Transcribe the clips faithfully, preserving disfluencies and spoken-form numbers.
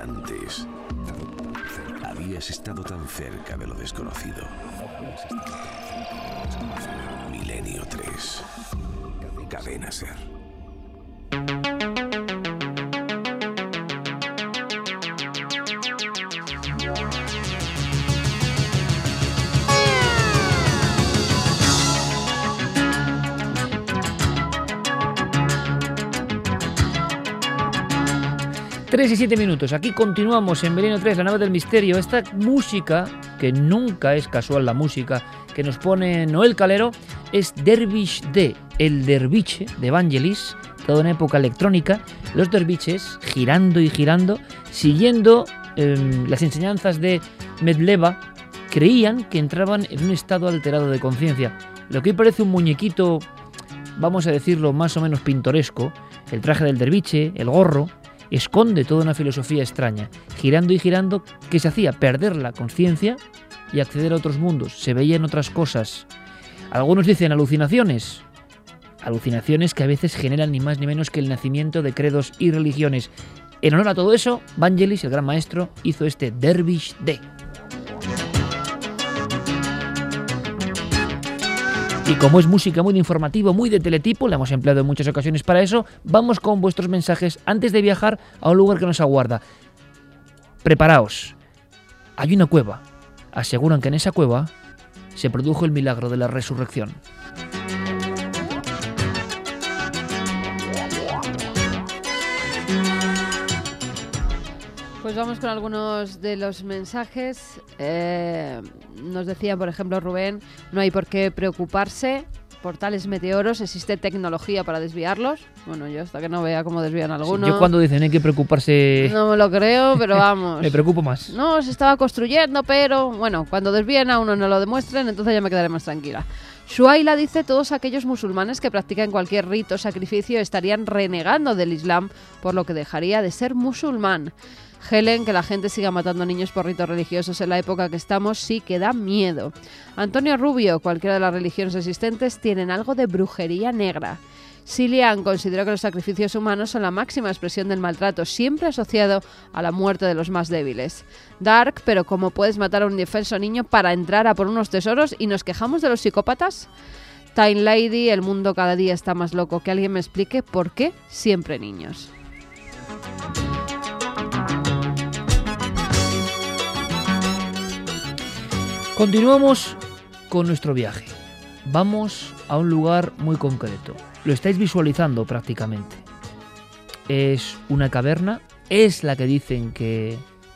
Antes, habías estado tan cerca de lo desconocido. Milenio tres. Cadena Ser. tres y siete minutos. Aquí continuamos en Milenio tres, la nave del misterio. Esta música, que nunca es casual la música que nos pone Noel Calero, es Dervish D, el derviche de Vangelis, toda una época electrónica. Los derviches girando y girando, siguiendo eh, las enseñanzas de Medleva, creían que entraban en un estado alterado de conciencia. Lo que hoy parece un muñequito, vamos a decirlo, más o menos pintoresco, el traje del derviche, el gorro, esconde toda una filosofía extraña. Girando y girando, ¿qué se hacía? Perder la conciencia y acceder a otros mundos. Se veían otras cosas. Algunos dicen alucinaciones. Alucinaciones que a veces generan ni más ni menos que el nacimiento de credos y religiones. En honor a todo eso, Vangelis, el gran maestro, hizo este Dervish D. Y como es música muy de informativo, muy de teletipo, la hemos empleado en muchas ocasiones para eso, vamos con vuestros mensajes antes de viajar a un lugar que nos aguarda. Preparaos. Hay una cueva. Aseguran que en esa cueva se produjo el milagro de la resurrección. Pues vamos con algunos de los mensajes. Eh, nos decía, por ejemplo, Rubén, no hay por qué preocuparse por tales meteoros, existe tecnología para desviarlos. Bueno, yo hasta que no vea cómo desvían algunos... Sí, yo cuando dicen hay que preocuparse... No me lo creo, pero vamos. Me preocupo más. No, se estaba construyendo, pero bueno, cuando desvíen a uno no lo demuestren, entonces ya me quedaré más tranquila. Shuaila dice, todos aquellos musulmanes que practican cualquier rito o sacrificio estarían renegando del Islam, por lo que dejaría de ser musulmán. Helen, que la gente siga matando a niños por ritos religiosos en la época que estamos sí que da miedo. Antonio Rubio, cualquiera de las religiones existentes tienen algo de brujería negra. Silian consideró que los sacrificios humanos son la máxima expresión del maltrato, siempre asociado a la muerte de los más débiles. Dark, pero ¿cómo puedes matar a un indefenso niño para entrar a por unos tesoros y nos quejamos de los psicópatas? Time Lady, el mundo cada día está más loco. Que alguien me explique por qué siempre niños. Continuamos con nuestro viaje. Vamos a un lugar muy concreto. Lo estáis visualizando prácticamente. Es una caverna. Es la que dicen que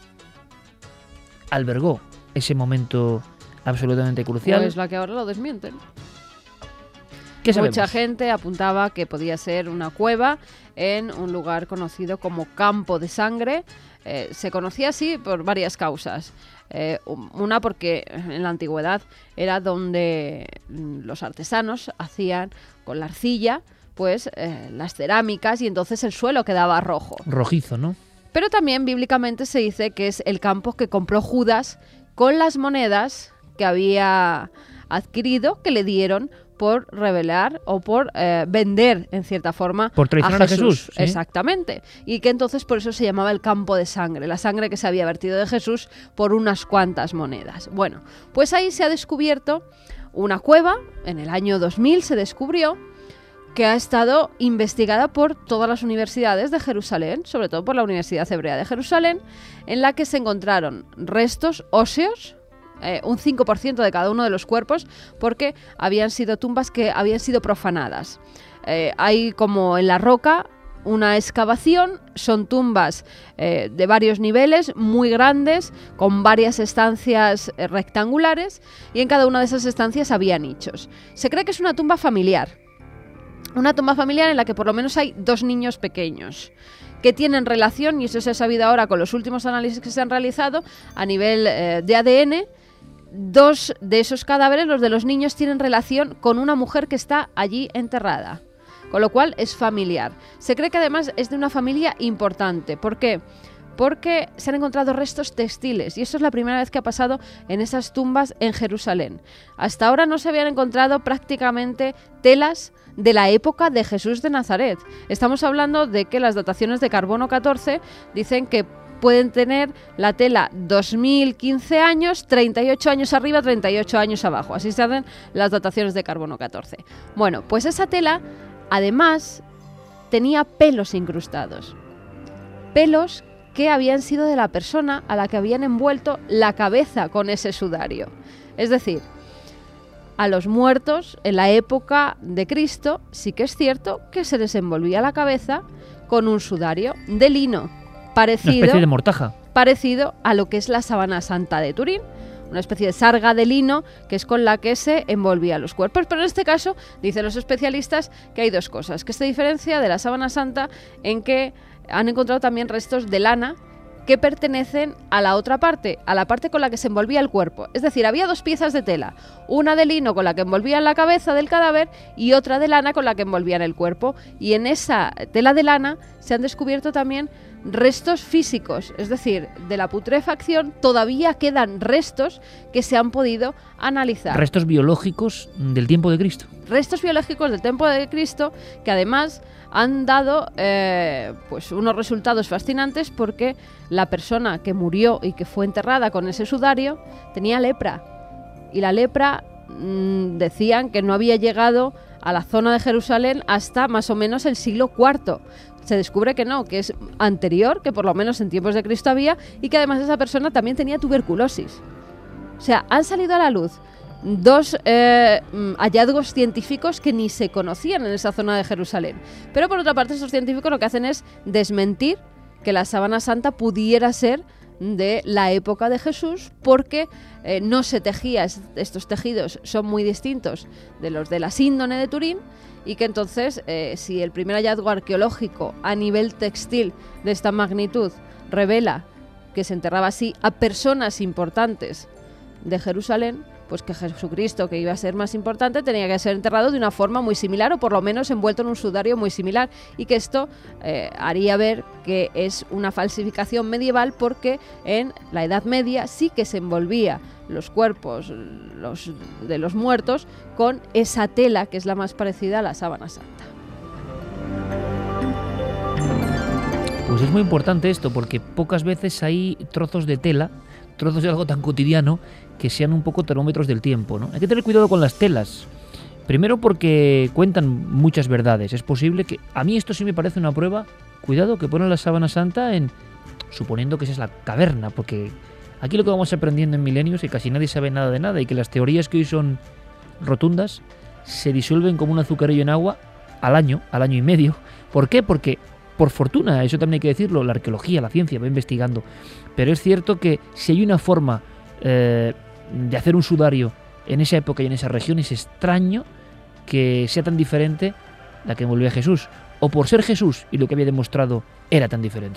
albergó ese momento absolutamente crucial. Pues la que ahora lo desmienten. ¿Qué sabemos? Mucha gente apuntaba que podía ser una cueva en un lugar conocido como Campo de Sangre. Eh, se conocía así por varias causas. Eh, una porque en la antigüedad era donde los artesanos hacían con la arcilla pues eh, las cerámicas y entonces el suelo quedaba rojo. Rojizo, ¿no? Pero también bíblicamente se dice que es el campo que compró Judas con las monedas que había adquirido, que le dieron por revelar o por eh, vender, en cierta forma, por traicionar a Jesús. A Jesús, ¿sí? Exactamente. Y que entonces por eso se llamaba el campo de sangre, la sangre que se había vertido de Jesús por unas cuantas monedas. Bueno, pues ahí se ha descubierto una cueva, en el año dos mil se descubrió, que ha estado investigada por todas las universidades de Jerusalén, sobre todo por la Universidad Hebrea de Jerusalén, en la que se encontraron restos óseos, Eh, un cinco por ciento de cada uno de los cuerpos, porque habían sido tumbas que habían sido profanadas. Eh, hay como en la roca una excavación, son tumbas eh, de varios niveles, muy grandes, con varias estancias eh, rectangulares, y en cada una de esas estancias había nichos. Se cree que es una tumba familiar, una tumba familiar en la que por lo menos hay dos niños pequeños que tienen relación, y eso se ha sabido ahora con los últimos análisis que se han realizado a nivel eh, de A D N. Dos de esos cadáveres, los de los niños, tienen relación con una mujer que está allí enterrada, con lo cual es familiar. Se cree que además es de una familia importante. ¿Por qué? Porque se han encontrado restos textiles, y eso es la primera vez que ha pasado en esas tumbas en Jerusalén. Hasta ahora no se habían encontrado prácticamente telas de la época de Jesús de Nazaret. Estamos hablando de que las dataciones de carbono catorce dicen que pueden tener la tela dos mil quince años, treinta y ocho años arriba, treinta y ocho años abajo. Así se hacen las dataciones de carbono catorce. Bueno, pues esa tela, además, tenía pelos incrustados. Pelos que habían sido de la persona a la que habían envuelto la cabeza con ese sudario. Es decir, a los muertos en la época de Cristo sí que es cierto que se les envolvía la cabeza con un sudario de lino, parecido, una especie de mortaja, parecido a lo que es la sábana santa de Turín, una especie de sarga de lino que es con la que se envolvía los cuerpos. Pero en este caso, dicen los especialistas que hay dos cosas, que se diferencia de la sábana santa en que han encontrado también restos de lana que pertenecen a la otra parte, a la parte con la que se envolvía el cuerpo. Es decir, había dos piezas de tela, una de lino con la que envolvían la cabeza del cadáver y otra de lana con la que envolvían el cuerpo. Y en esa tela de lana se han descubierto también restos físicos, es decir, de la putrefacción todavía quedan restos que se han podido analizar. Restos biológicos del tiempo de Cristo. Restos biológicos del tiempo de Cristo que además han dado eh, pues unos resultados fascinantes, porque la persona que murió y que fue enterrada con ese sudario tenía lepra. Y la lepra mmm, decían que no había llegado a la zona de Jerusalén hasta más o menos el siglo cuarto. Se descubre que no, que es anterior, que por lo menos en tiempos de Cristo había, y que además esa persona también tenía tuberculosis. O sea, han salido a la luz dos eh, hallazgos científicos que ni se conocían en esa zona de Jerusalén. Pero por otra parte, esos científicos lo que hacen es desmentir que la sábana santa pudiera ser de la época de Jesús, porque eh, no se tejía, estos tejidos son muy distintos de los de la síndone de Turín, y que entonces, eh, si el primer hallazgo arqueológico a nivel textil de esta magnitud revela que se enterraba así a personas importantes de Jerusalén, pues que Jesucristo, que iba a ser más importante, tenía que ser enterrado de una forma muy similar, o por lo menos envuelto en un sudario muy similar, y que esto eh, haría ver que es una falsificación medieval, porque en la Edad Media sí que se envolvía los cuerpos los, de los muertos con esa tela que es la más parecida a la sábana santa. Pues es muy importante esto, porque pocas veces hay trozos de tela, trozos de algo tan cotidiano, que sean un poco termómetros del tiempo, ¿no? Hay que tener cuidado con las telas. Primero porque cuentan muchas verdades. Es posible que... A mí esto sí me parece una prueba. Cuidado, que ponen la sábana santa en... suponiendo que esa es la caverna, porque aquí lo que vamos aprendiendo en milenios es que casi nadie sabe nada de nada, y que las teorías que hoy son rotundas se disuelven como un azucarillo en agua al año, al año y medio. ¿Por qué? Porque, por fortuna, eso también hay que decirlo, la arqueología, la ciencia va investigando. Pero es cierto que si hay una forma eh, de hacer un sudario en esa época y en esa región, es extraño que sea tan diferente la que envolvió a Jesús, o por ser Jesús y lo que había demostrado era tan diferente.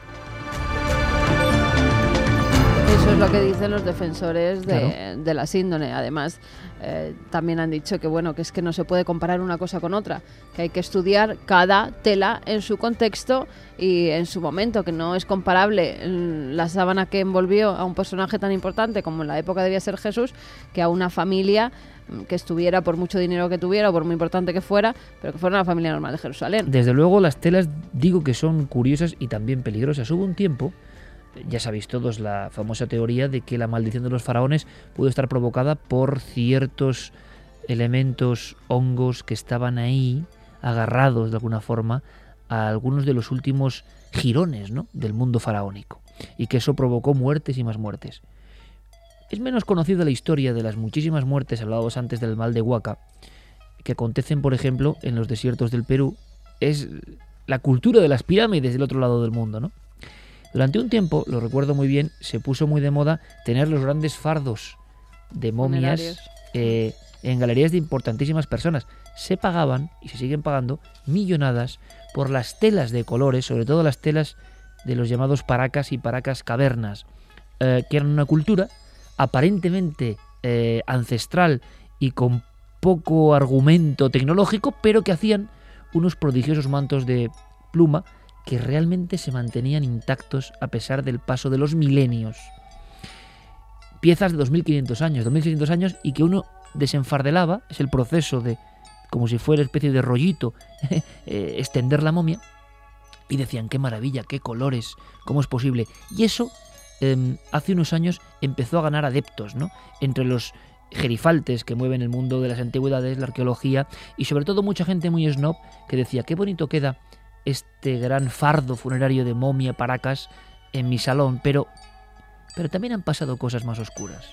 Eso es lo que dicen los defensores de, claro. de la síndone. Además, eh, también han dicho que bueno, que es que no se puede comparar una cosa con otra, que hay que estudiar cada tela en su contexto y en su momento, que no es comparable la sábana que envolvió a un personaje tan importante como en la época debía ser Jesús, que a una familia que estuviera, por mucho dinero que tuviera o por muy importante que fuera, pero que fuera una familia normal de Jerusalén. Desde luego las telas digo que son curiosas y también peligrosas. Hubo un tiempo, ya sabéis todos, la famosa teoría de que la maldición de los faraones pudo estar provocada por ciertos elementos, hongos que estaban ahí agarrados de alguna forma a algunos de los últimos jirones, ¿no?, del mundo faraónico, y que eso provocó muertes y más muertes. Es menos conocida la historia de las muchísimas muertes, hablábamos antes del mal de Huaca, que acontecen, por ejemplo, en los desiertos del Perú. Es la cultura de las pirámides del otro lado del mundo, ¿no? Durante un tiempo, lo recuerdo muy bien, se puso muy de moda tener los grandes fardos de momias eh, en galerías de importantísimas personas. Se pagaban, y se siguen pagando, millonadas por las telas de colores, sobre todo las telas de los llamados paracas y paracas cavernas, eh, que eran una cultura aparentemente eh, ancestral y con poco argumento tecnológico, pero que hacían unos prodigiosos mantos de pluma que realmente se mantenían intactos a pesar del paso de los milenios. Piezas de dos mil quinientos años, dos mil seiscientos años, y que uno desenfardelaba, es el proceso de, como si fuera especie de rollito, eh, extender la momia, y decían, qué maravilla, qué colores, cómo es posible. Y eso eh, hace unos años empezó a ganar adeptos, ¿no? Entre los gerifaltes que mueven el mundo de las antigüedades, la arqueología, y sobre todo mucha gente muy snob que decía, qué bonito queda este gran fardo funerario de momia Paracas en mi salón, pero, pero también han pasado cosas más oscuras.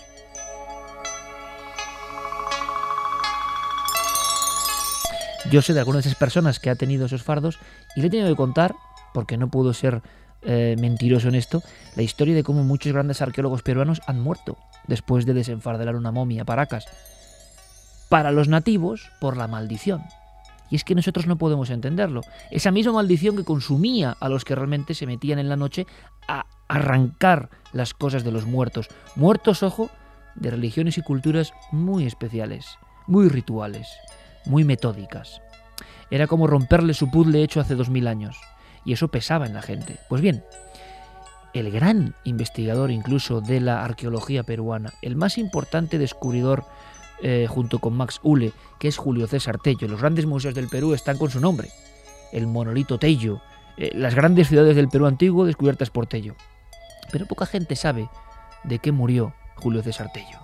Yo sé de algunas de esas personas que ha tenido esos fardos y le he tenido que contar, porque no puedo ser eh, mentiroso en esto, la historia de cómo muchos grandes arqueólogos peruanos han muerto después de desenfardelar una momia Paracas. Para los nativos, por la maldición. Y es que nosotros no podemos entenderlo. Esa misma maldición que consumía a los que realmente se metían en la noche a arrancar las cosas de los muertos. Muertos, ojo, de religiones y culturas muy especiales, muy rituales, muy metódicas. Era como romperle su puzzle hecho hace dos mil años. Y eso pesaba en la gente. Pues bien, el gran investigador incluso de la arqueología peruana, el más importante descubridor eh, junto con Max Uhle, que es Julio César Tello. Los grandes museos del Perú están con su nombre. El monolito Tello, eh, las grandes ciudades del Perú antiguo descubiertas por Tello. Pero poca gente sabe de qué murió Julio César Tello.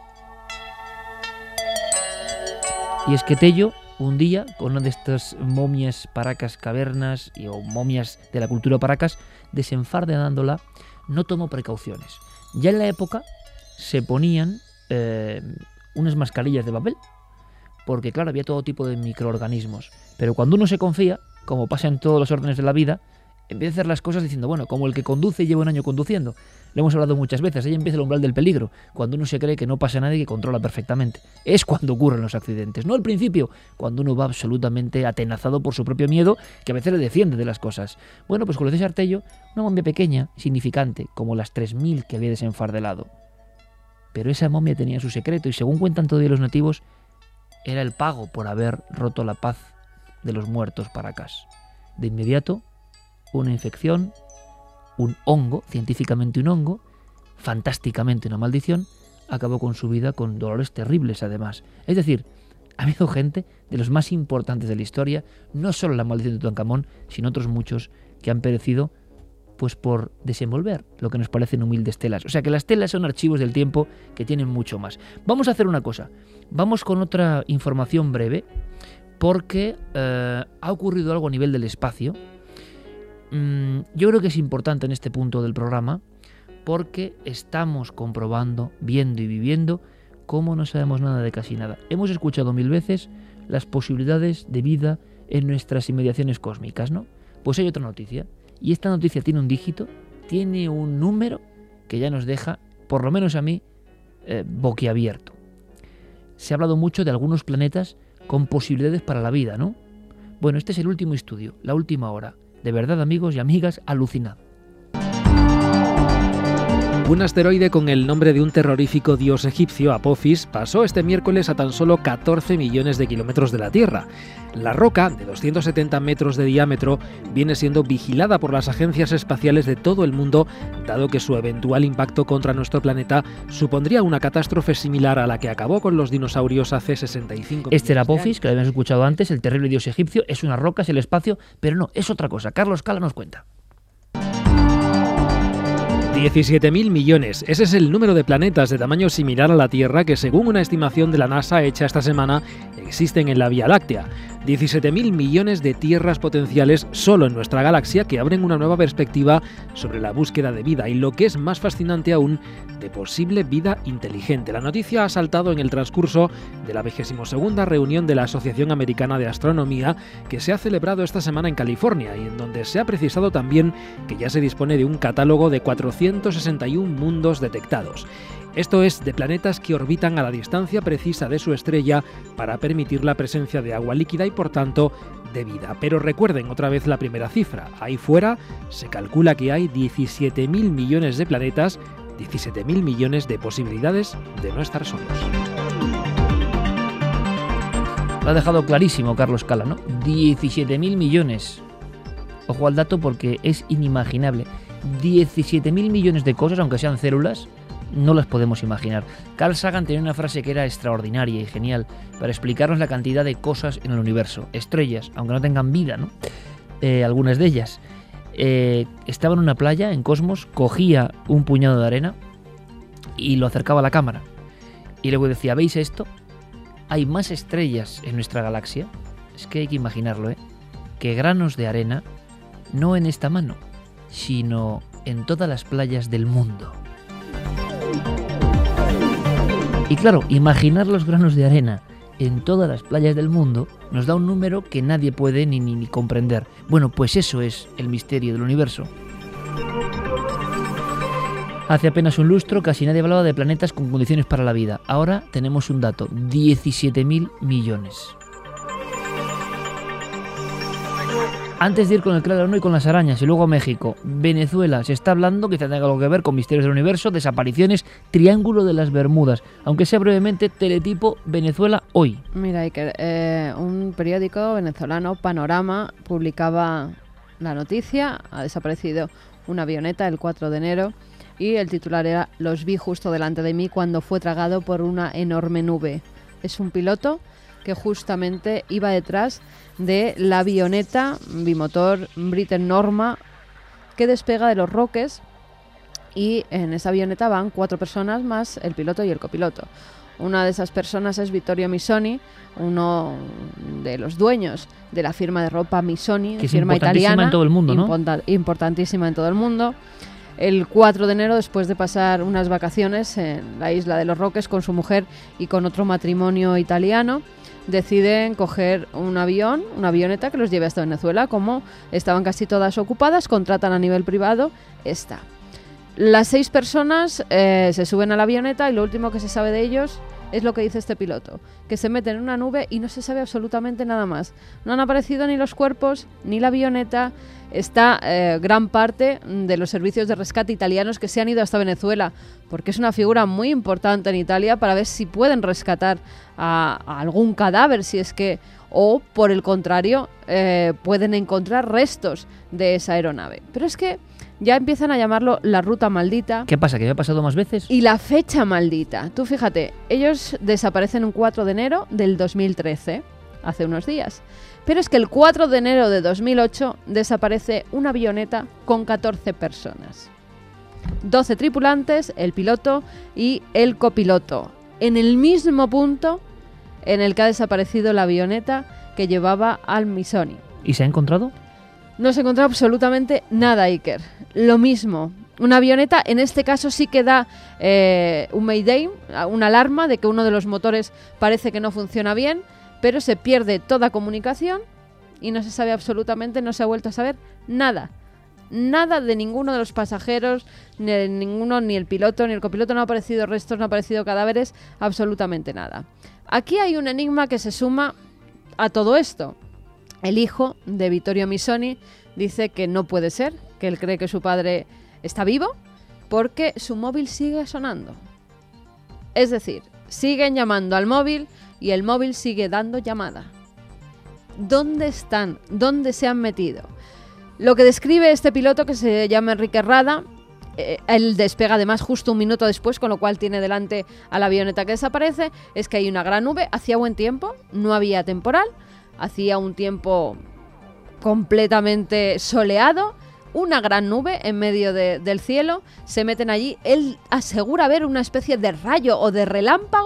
Y es que Tello, un día, con una de estas momias Paracas cavernas y, o momias de la cultura Paracas, desenfardeándola, no tomó precauciones. Ya en la época se ponían eh, unas mascarillas de papel, porque claro, había todo tipo de microorganismos. Pero cuando uno se confía, como pasa en todos los órdenes de la vida, empieza a hacer las cosas diciendo, bueno, como el que conduce lleva un año conduciendo. Lo hemos hablado muchas veces, ahí empieza el umbral del peligro, cuando uno se cree que no pasa nada y que controla perfectamente. Es cuando ocurren los accidentes, no al principio, cuando uno va absolutamente atenazado por su propio miedo, que a veces le defiende de las cosas. Bueno, pues Julio César Tello, una momia pequeña, significante, como las tres mil que había desenfardelado. Pero esa momia tenía su secreto y, según cuentan todavía los nativos, era el pago por haber roto la paz de los muertos Paracas. De inmediato, una infección, un hongo, científicamente un hongo, fantásticamente una maldición, acabó con su vida con dolores terribles además. Es decir, ha habido gente de los más importantes de la historia, no solo la maldición de Tutankamón, sino otros muchos que han perecido pues por desenvolver lo que nos parecen humildes telas. O sea que las telas son archivos del tiempo que tienen mucho más. Vamos a hacer una cosa, vamos con otra información breve, porque eh, ha ocurrido algo a nivel del espacio. Yo creo que es importante en este punto del programa porque estamos comprobando, viendo y viviendo cómo no sabemos nada de casi nada. Hemos escuchado mil veces las posibilidades de vida en nuestras inmediaciones cósmicas, ¿no? Pues hay otra noticia, y esta noticia tiene un dígito, tiene un número que ya nos deja, por lo menos a mí, eh, boquiabierto. Se ha hablado mucho de algunos planetas con posibilidades para la vida, ¿no? Bueno, este es el último estudio, la última hora. De verdad, amigos y amigas, alucinad. Un asteroide con el nombre de un terrorífico dios egipcio, Apophis, pasó este miércoles a tan solo catorce millones de kilómetros de la Tierra. La roca, de doscientos setenta metros de diámetro, viene siendo vigilada por las agencias espaciales de todo el mundo, dado que su eventual impacto contra nuestro planeta supondría una catástrofe similar a la que acabó con los dinosaurios hace sesenta y cinco Este era Apophis, que lo habíamos escuchado antes, el terrible dios egipcio, es una roca, es el espacio, pero no, es otra cosa. Carlos Cala nos cuenta. diecisiete mil millones. Ese es el número de planetas de tamaño similar a la Tierra que, según una estimación de la NASA hecha esta semana, existen en la Vía Láctea. diecisiete mil millones de tierras potenciales solo en nuestra galaxia que abren una nueva perspectiva sobre la búsqueda de vida y, lo que es más fascinante aún, de posible vida inteligente. La noticia ha saltado en el transcurso de la vigésima segunda reunión de la Asociación Americana de Astronomía, que se ha celebrado esta semana en California y en donde se ha precisado también que ya se dispone de un catálogo de cuatrocientos sesenta y uno mundos detectados. Esto es, de planetas que orbitan a la distancia precisa de su estrella para permitir la presencia de agua líquida y, por tanto, de vida. Pero recuerden otra vez la primera cifra. Ahí fuera se calcula que hay diecisiete mil millones de planetas, diecisiete mil millones de posibilidades de no estar solos. Lo ha dejado clarísimo Carlos Cala, ¿no? diecisiete mil millones. Ojo al dato porque es inimaginable. diecisiete mil millones de cosas, aunque sean células, no las podemos imaginar. Carl Sagan tenía una frase que era extraordinaria y genial para explicarnos la cantidad de cosas en el universo. Estrellas, aunque no tengan vida, ¿no? Eh, algunas de ellas. eh, estaba en una playa, en Cosmos, cogía un puñado de arena y lo acercaba a la cámara. Y luego decía, ¿veis esto? Hay más estrellas en nuestra galaxia. Es que hay que imaginarlo, ¿eh? Que granos de arena, no en esta mano, sino en todas las playas del mundo. Y claro, imaginar los granos de arena en todas las playas del mundo nos da un número que nadie puede ni, ni, ni comprender. Bueno, pues eso es el misterio del universo. Hace apenas un lustro casi nadie hablaba de planetas con condiciones para la vida. Ahora tenemos un dato, diecisiete mil millones. Antes de ir con el claro no y con las arañas y luego a México, Venezuela, se está hablando, quizá tenga algo que ver con misterios del universo, desapariciones, Triángulo de las Bermudas, aunque sea brevemente, teletipo Venezuela hoy. Mira, Iker, eh, un periódico venezolano, Panorama, publicaba la noticia, ha desaparecido una avioneta el cuatro de enero y el titular era "Los vi justo delante de mí cuando fue tragado por una enorme nube". Es un piloto que justamente iba detrás de la avioneta bimotor Britten Norma que despega de Los Roques, y en esa avioneta van cuatro personas más el piloto y el copiloto. Una de esas personas es Vittorio Missoni, uno de los dueños de la firma de ropa Missoni, que es firma importantísima italiana, en todo el mundo, ¿no? Imponta- importantísima en todo el mundo. El cuatro de enero, después de pasar unas vacaciones en la isla de Los Roques con su mujer y con otro matrimonio italiano, deciden coger un avión, una avioneta que los lleve hasta Venezuela. Como estaban casi todas ocupadas, contratan a nivel privado esta. Las seis personas eh, se suben a la avioneta y lo último que se sabe de ellos es lo que dice este piloto, que se meten en una nube y no se sabe absolutamente nada más. No han aparecido ni los cuerpos, ni la avioneta. Está eh, gran parte de los servicios de rescate italianos que se han ido hasta Venezuela, porque es una figura muy importante en Italia para ver si pueden rescatar a, a algún cadáver, si es que, o por el contrario, eh, pueden encontrar restos de esa aeronave. Pero es que ya empiezan a llamarlo la ruta maldita. ¿Qué pasa? ¿Que ya ha pasado más veces? Y la fecha maldita. Tú fíjate, ellos desaparecen un cuatro de enero del dos mil trece, hace unos días. Pero es que el cuatro de enero de dos mil ocho desaparece una avioneta con catorce personas. doce tripulantes, el piloto y el copiloto. En el mismo punto en el que ha desaparecido la avioneta que llevaba al Missoni. ¿Y se ha encontrado? No se ha encontrado absolutamente nada, Iker. Lo mismo. Una avioneta, en este caso sí que da eh, un mayday, una alarma de que uno de los motores parece que no funciona bien, pero se pierde toda comunicación y no se sabe absolutamente, no se ha vuelto a saber nada. Nada de ninguno de los pasajeros, ni de ninguno, ni el piloto, ni el copiloto. No ha aparecido restos, no ha aparecido cadáveres, absolutamente nada. Aquí hay un enigma que se suma a todo esto. El hijo de Vittorio Missoni dice que no puede ser, que él cree que su padre está vivo, porque su móvil sigue sonando. Es decir, siguen llamando al móvil y el móvil sigue dando llamada. ¿Dónde están? ¿Dónde se han metido? Lo que describe este piloto, que se llama Enrique Rada, eh, él despega además justo un minuto después, con lo cual tiene delante a la avioneta que desaparece, es que hay una gran nube, hacía buen tiempo, no había temporal, hacía un tiempo completamente soleado, una gran nube en medio de, del cielo, se meten allí, él asegura ver una especie de rayo o de relámpago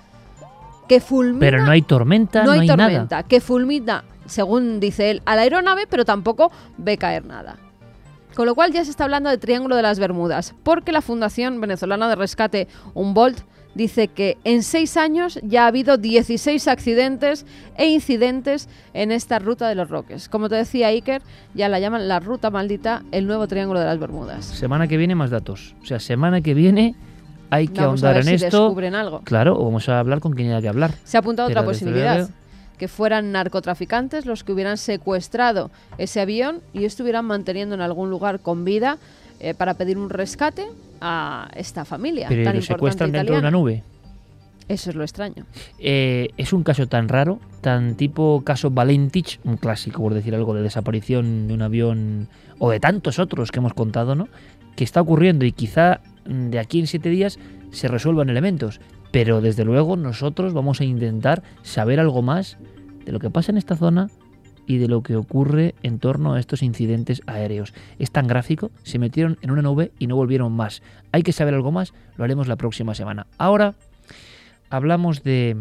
que fulmina... Pero no hay tormenta, no, no hay, hay tormenta, nada. que fulmina, según dice él, a la aeronave, pero tampoco ve caer nada. Con lo cual ya se está hablando de Triángulo de las Bermudas, porque la Fundación Venezolana de Rescate Humboldt dice que en seis años ya ha habido dieciséis accidentes e incidentes en esta ruta de los Roques. Como te decía Iker, ya la llaman la ruta maldita, el nuevo Triángulo de las Bermudas. Semana que viene más datos. O sea, semana que viene hay que Vamos ahondar a ver en si esto. descubren algo. Claro, o vamos a hablar con quien haya que hablar. Se ha apuntado Pero otra desde posibilidad, luego- que fueran narcotraficantes los que hubieran secuestrado ese avión y estuvieran manteniendo en algún lugar con vida eh, para pedir un rescate a esta familia Pero tan lo importante secuestran dentro de italiana. una nube. Eso es lo extraño. Eh, es un caso tan raro, tan tipo caso Valentich, un clásico por decir algo de desaparición de un avión, o de tantos otros que hemos contado, ¿no? Que está ocurriendo y quizá mm, de aquí en siete días se resuelvan elementos. Pero desde luego nosotros vamos a intentar saber algo más de lo que pasa en esta zona y de lo que ocurre en torno a estos incidentes aéreos. Es tan gráfico, se metieron en una nube y no volvieron más. ¿Hay que saber algo más? Lo haremos la próxima semana. Ahora hablamos de,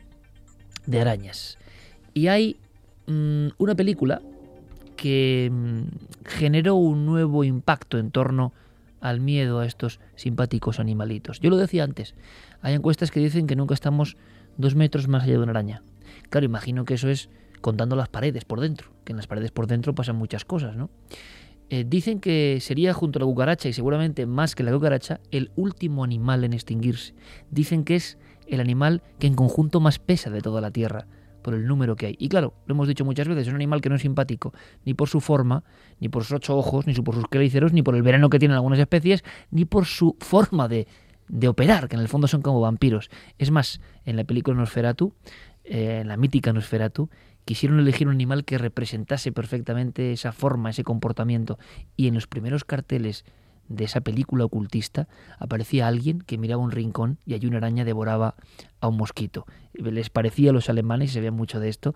de arañas. Y hay mmm, una película que mmm, generó un nuevo impacto en torno al miedo a estos simpáticos animalitos. Yo lo decía antes, hay encuestas que dicen que nunca estamos dos metros más allá de una araña. Claro, imagino que eso es contando las paredes por dentro, que en las paredes por dentro pasan muchas cosas, ¿no? Eh, dicen que sería junto a la cucaracha, y seguramente más que la cucaracha, el último animal en extinguirse. Dicen que es el animal que en conjunto más pesa de toda la Tierra, por el número que hay. Y claro, lo hemos dicho muchas veces, es un animal que no es simpático, ni por su forma, ni por sus ocho ojos, ni por sus quelíceros, ni por el veneno que tienen algunas especies, ni por su forma de, de operar, que en el fondo son como vampiros. Es más, en la película Nosferatu, eh, en la mítica Nosferatu, quisieron elegir un animal que representase perfectamente esa forma, ese comportamiento. Y en los primeros carteles de esa película ocultista aparecía alguien que miraba un rincón y allí una araña devoraba a un mosquito. Les parecía a los alemanes, y se ve mucho de esto,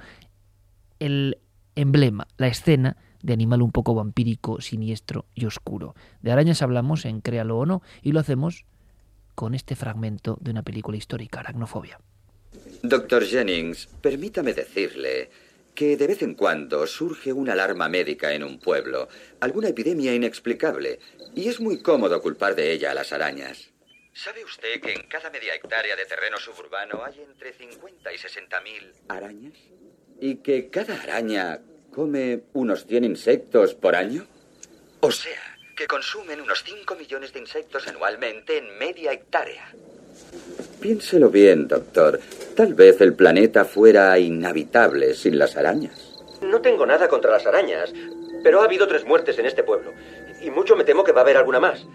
el emblema, la escena de animal un poco vampírico, siniestro y oscuro. De arañas hablamos en Créalo o no, y lo hacemos con este fragmento de una película histórica, Aracnofobia. Doctor Jennings, permítame decirle que de vez en cuando surge una alarma médica en un pueblo, alguna epidemia inexplicable, y es muy cómodo culpar de ella a las arañas. ¿Sabe usted que en cada media hectárea de terreno suburbano hay entre cincuenta y sesenta mil arañas? ¿Y que cada araña come unos cien insectos por año? O sea, que consumen unos cinco millones de insectos anualmente en media hectárea. Piénselo bien, doctor. Tal vez el planeta fuera inhabitable sin las arañas. No tengo nada contra las arañas, pero ha habido tres muertes en este pueblo. Y mucho me temo que va a haber alguna más.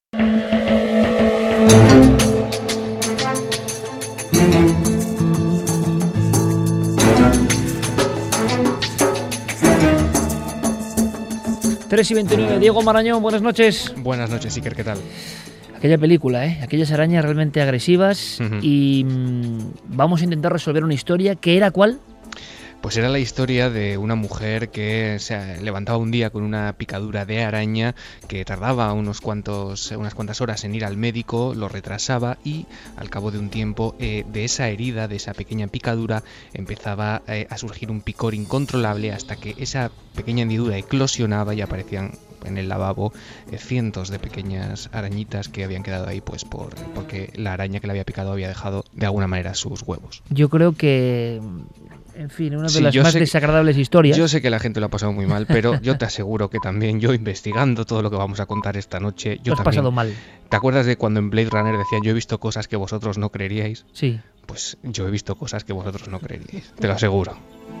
tres y veintinueve, Diego Marañón, buenas noches. Buenas noches, Iker, ¿qué tal? Aquella película, ¿eh? Aquellas arañas realmente agresivas. Uh-huh. Y mmm, vamos a intentar resolver una historia que era ¿cuál? Pues era la historia de una mujer que se levantaba un día con una picadura de araña que tardaba unos cuantos, unas cuantas horas en ir al médico, lo retrasaba y al cabo de un tiempo eh, de esa herida, de esa pequeña picadura, empezaba eh, a surgir un picor incontrolable hasta que esa pequeña hendidura eclosionaba y aparecían en el lavabo eh, cientos de pequeñas arañitas que habían quedado ahí pues por porque la araña que le había picado había dejado de alguna manera sus huevos. Yo creo que... En fin, una de sí, las más sé, desagradables historias. Yo sé que la gente lo ha pasado muy mal, pero yo te aseguro que también yo investigando todo lo que vamos a contar esta noche, yo lo has también... pasado mal. ¿Te acuerdas de cuando en Blade Runner decían yo he visto cosas que vosotros no creeríais? Sí. Pues yo he visto cosas que vosotros no creeríais, te lo aseguro.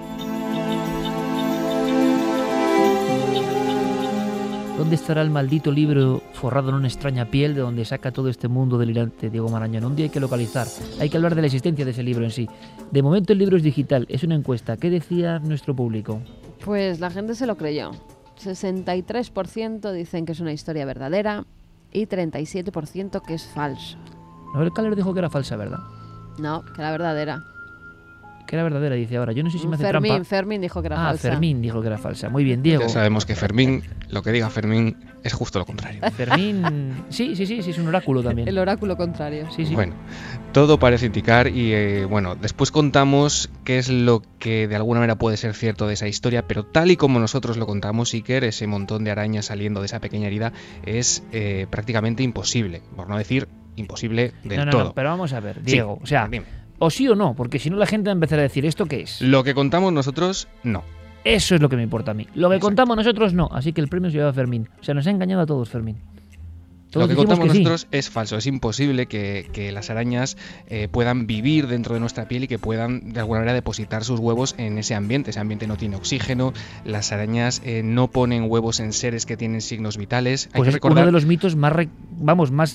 ¿Dónde estará el maldito libro forrado en una extraña piel de donde saca todo este mundo delirante, Diego Marañón? Un día hay que localizar, hay que hablar de la existencia de ese libro en sí. De momento el libro es digital, es una encuesta. ¿Qué decía nuestro público? Pues la gente se lo creyó. sesenta y tres por ciento dicen que es una historia verdadera y treinta y siete por ciento que es falso. Noel Calero dijo que era falsa, ¿verdad? No, que era verdadera. Que era verdadera, dice ahora. Yo no sé si me hace Fermín, trampa. Fermín dijo que era ah, falsa. Ah, Fermín dijo que era falsa. Muy bien, Diego. Ya sabemos que Fermín, lo que diga Fermín, es justo lo contrario. Fermín, sí, sí, sí, sí, es un oráculo también. El oráculo contrario. Sí, sí. Bueno, todo parece indicar y eh, bueno, después contamos qué es lo que de alguna manera puede ser cierto de esa historia, pero tal y como nosotros lo contamos, Iker, ese montón de arañas saliendo de esa pequeña herida es eh, prácticamente imposible, por no decir imposible del no, no, todo. No, pero vamos a ver, Diego, sí, o sea... dime. O sí o no, porque si no la gente va a empezar a decir ¿esto qué es? Lo que contamos nosotros, no. Eso es lo que me importa a mí. Lo que Exacto. contamos nosotros, no. Así que el premio se lleva a Fermín. O sea, nos ha engañado a todos, Fermín. Todos lo que contamos que nosotros sí. es falso. Es imposible que, que las arañas eh, puedan vivir dentro de nuestra piel y que puedan de alguna manera depositar sus huevos en ese ambiente. Ese ambiente no tiene oxígeno. Las arañas eh, no ponen huevos en seres que tienen signos vitales. Hay Pues que es recordar... uno de los mitos más, re... vamos, más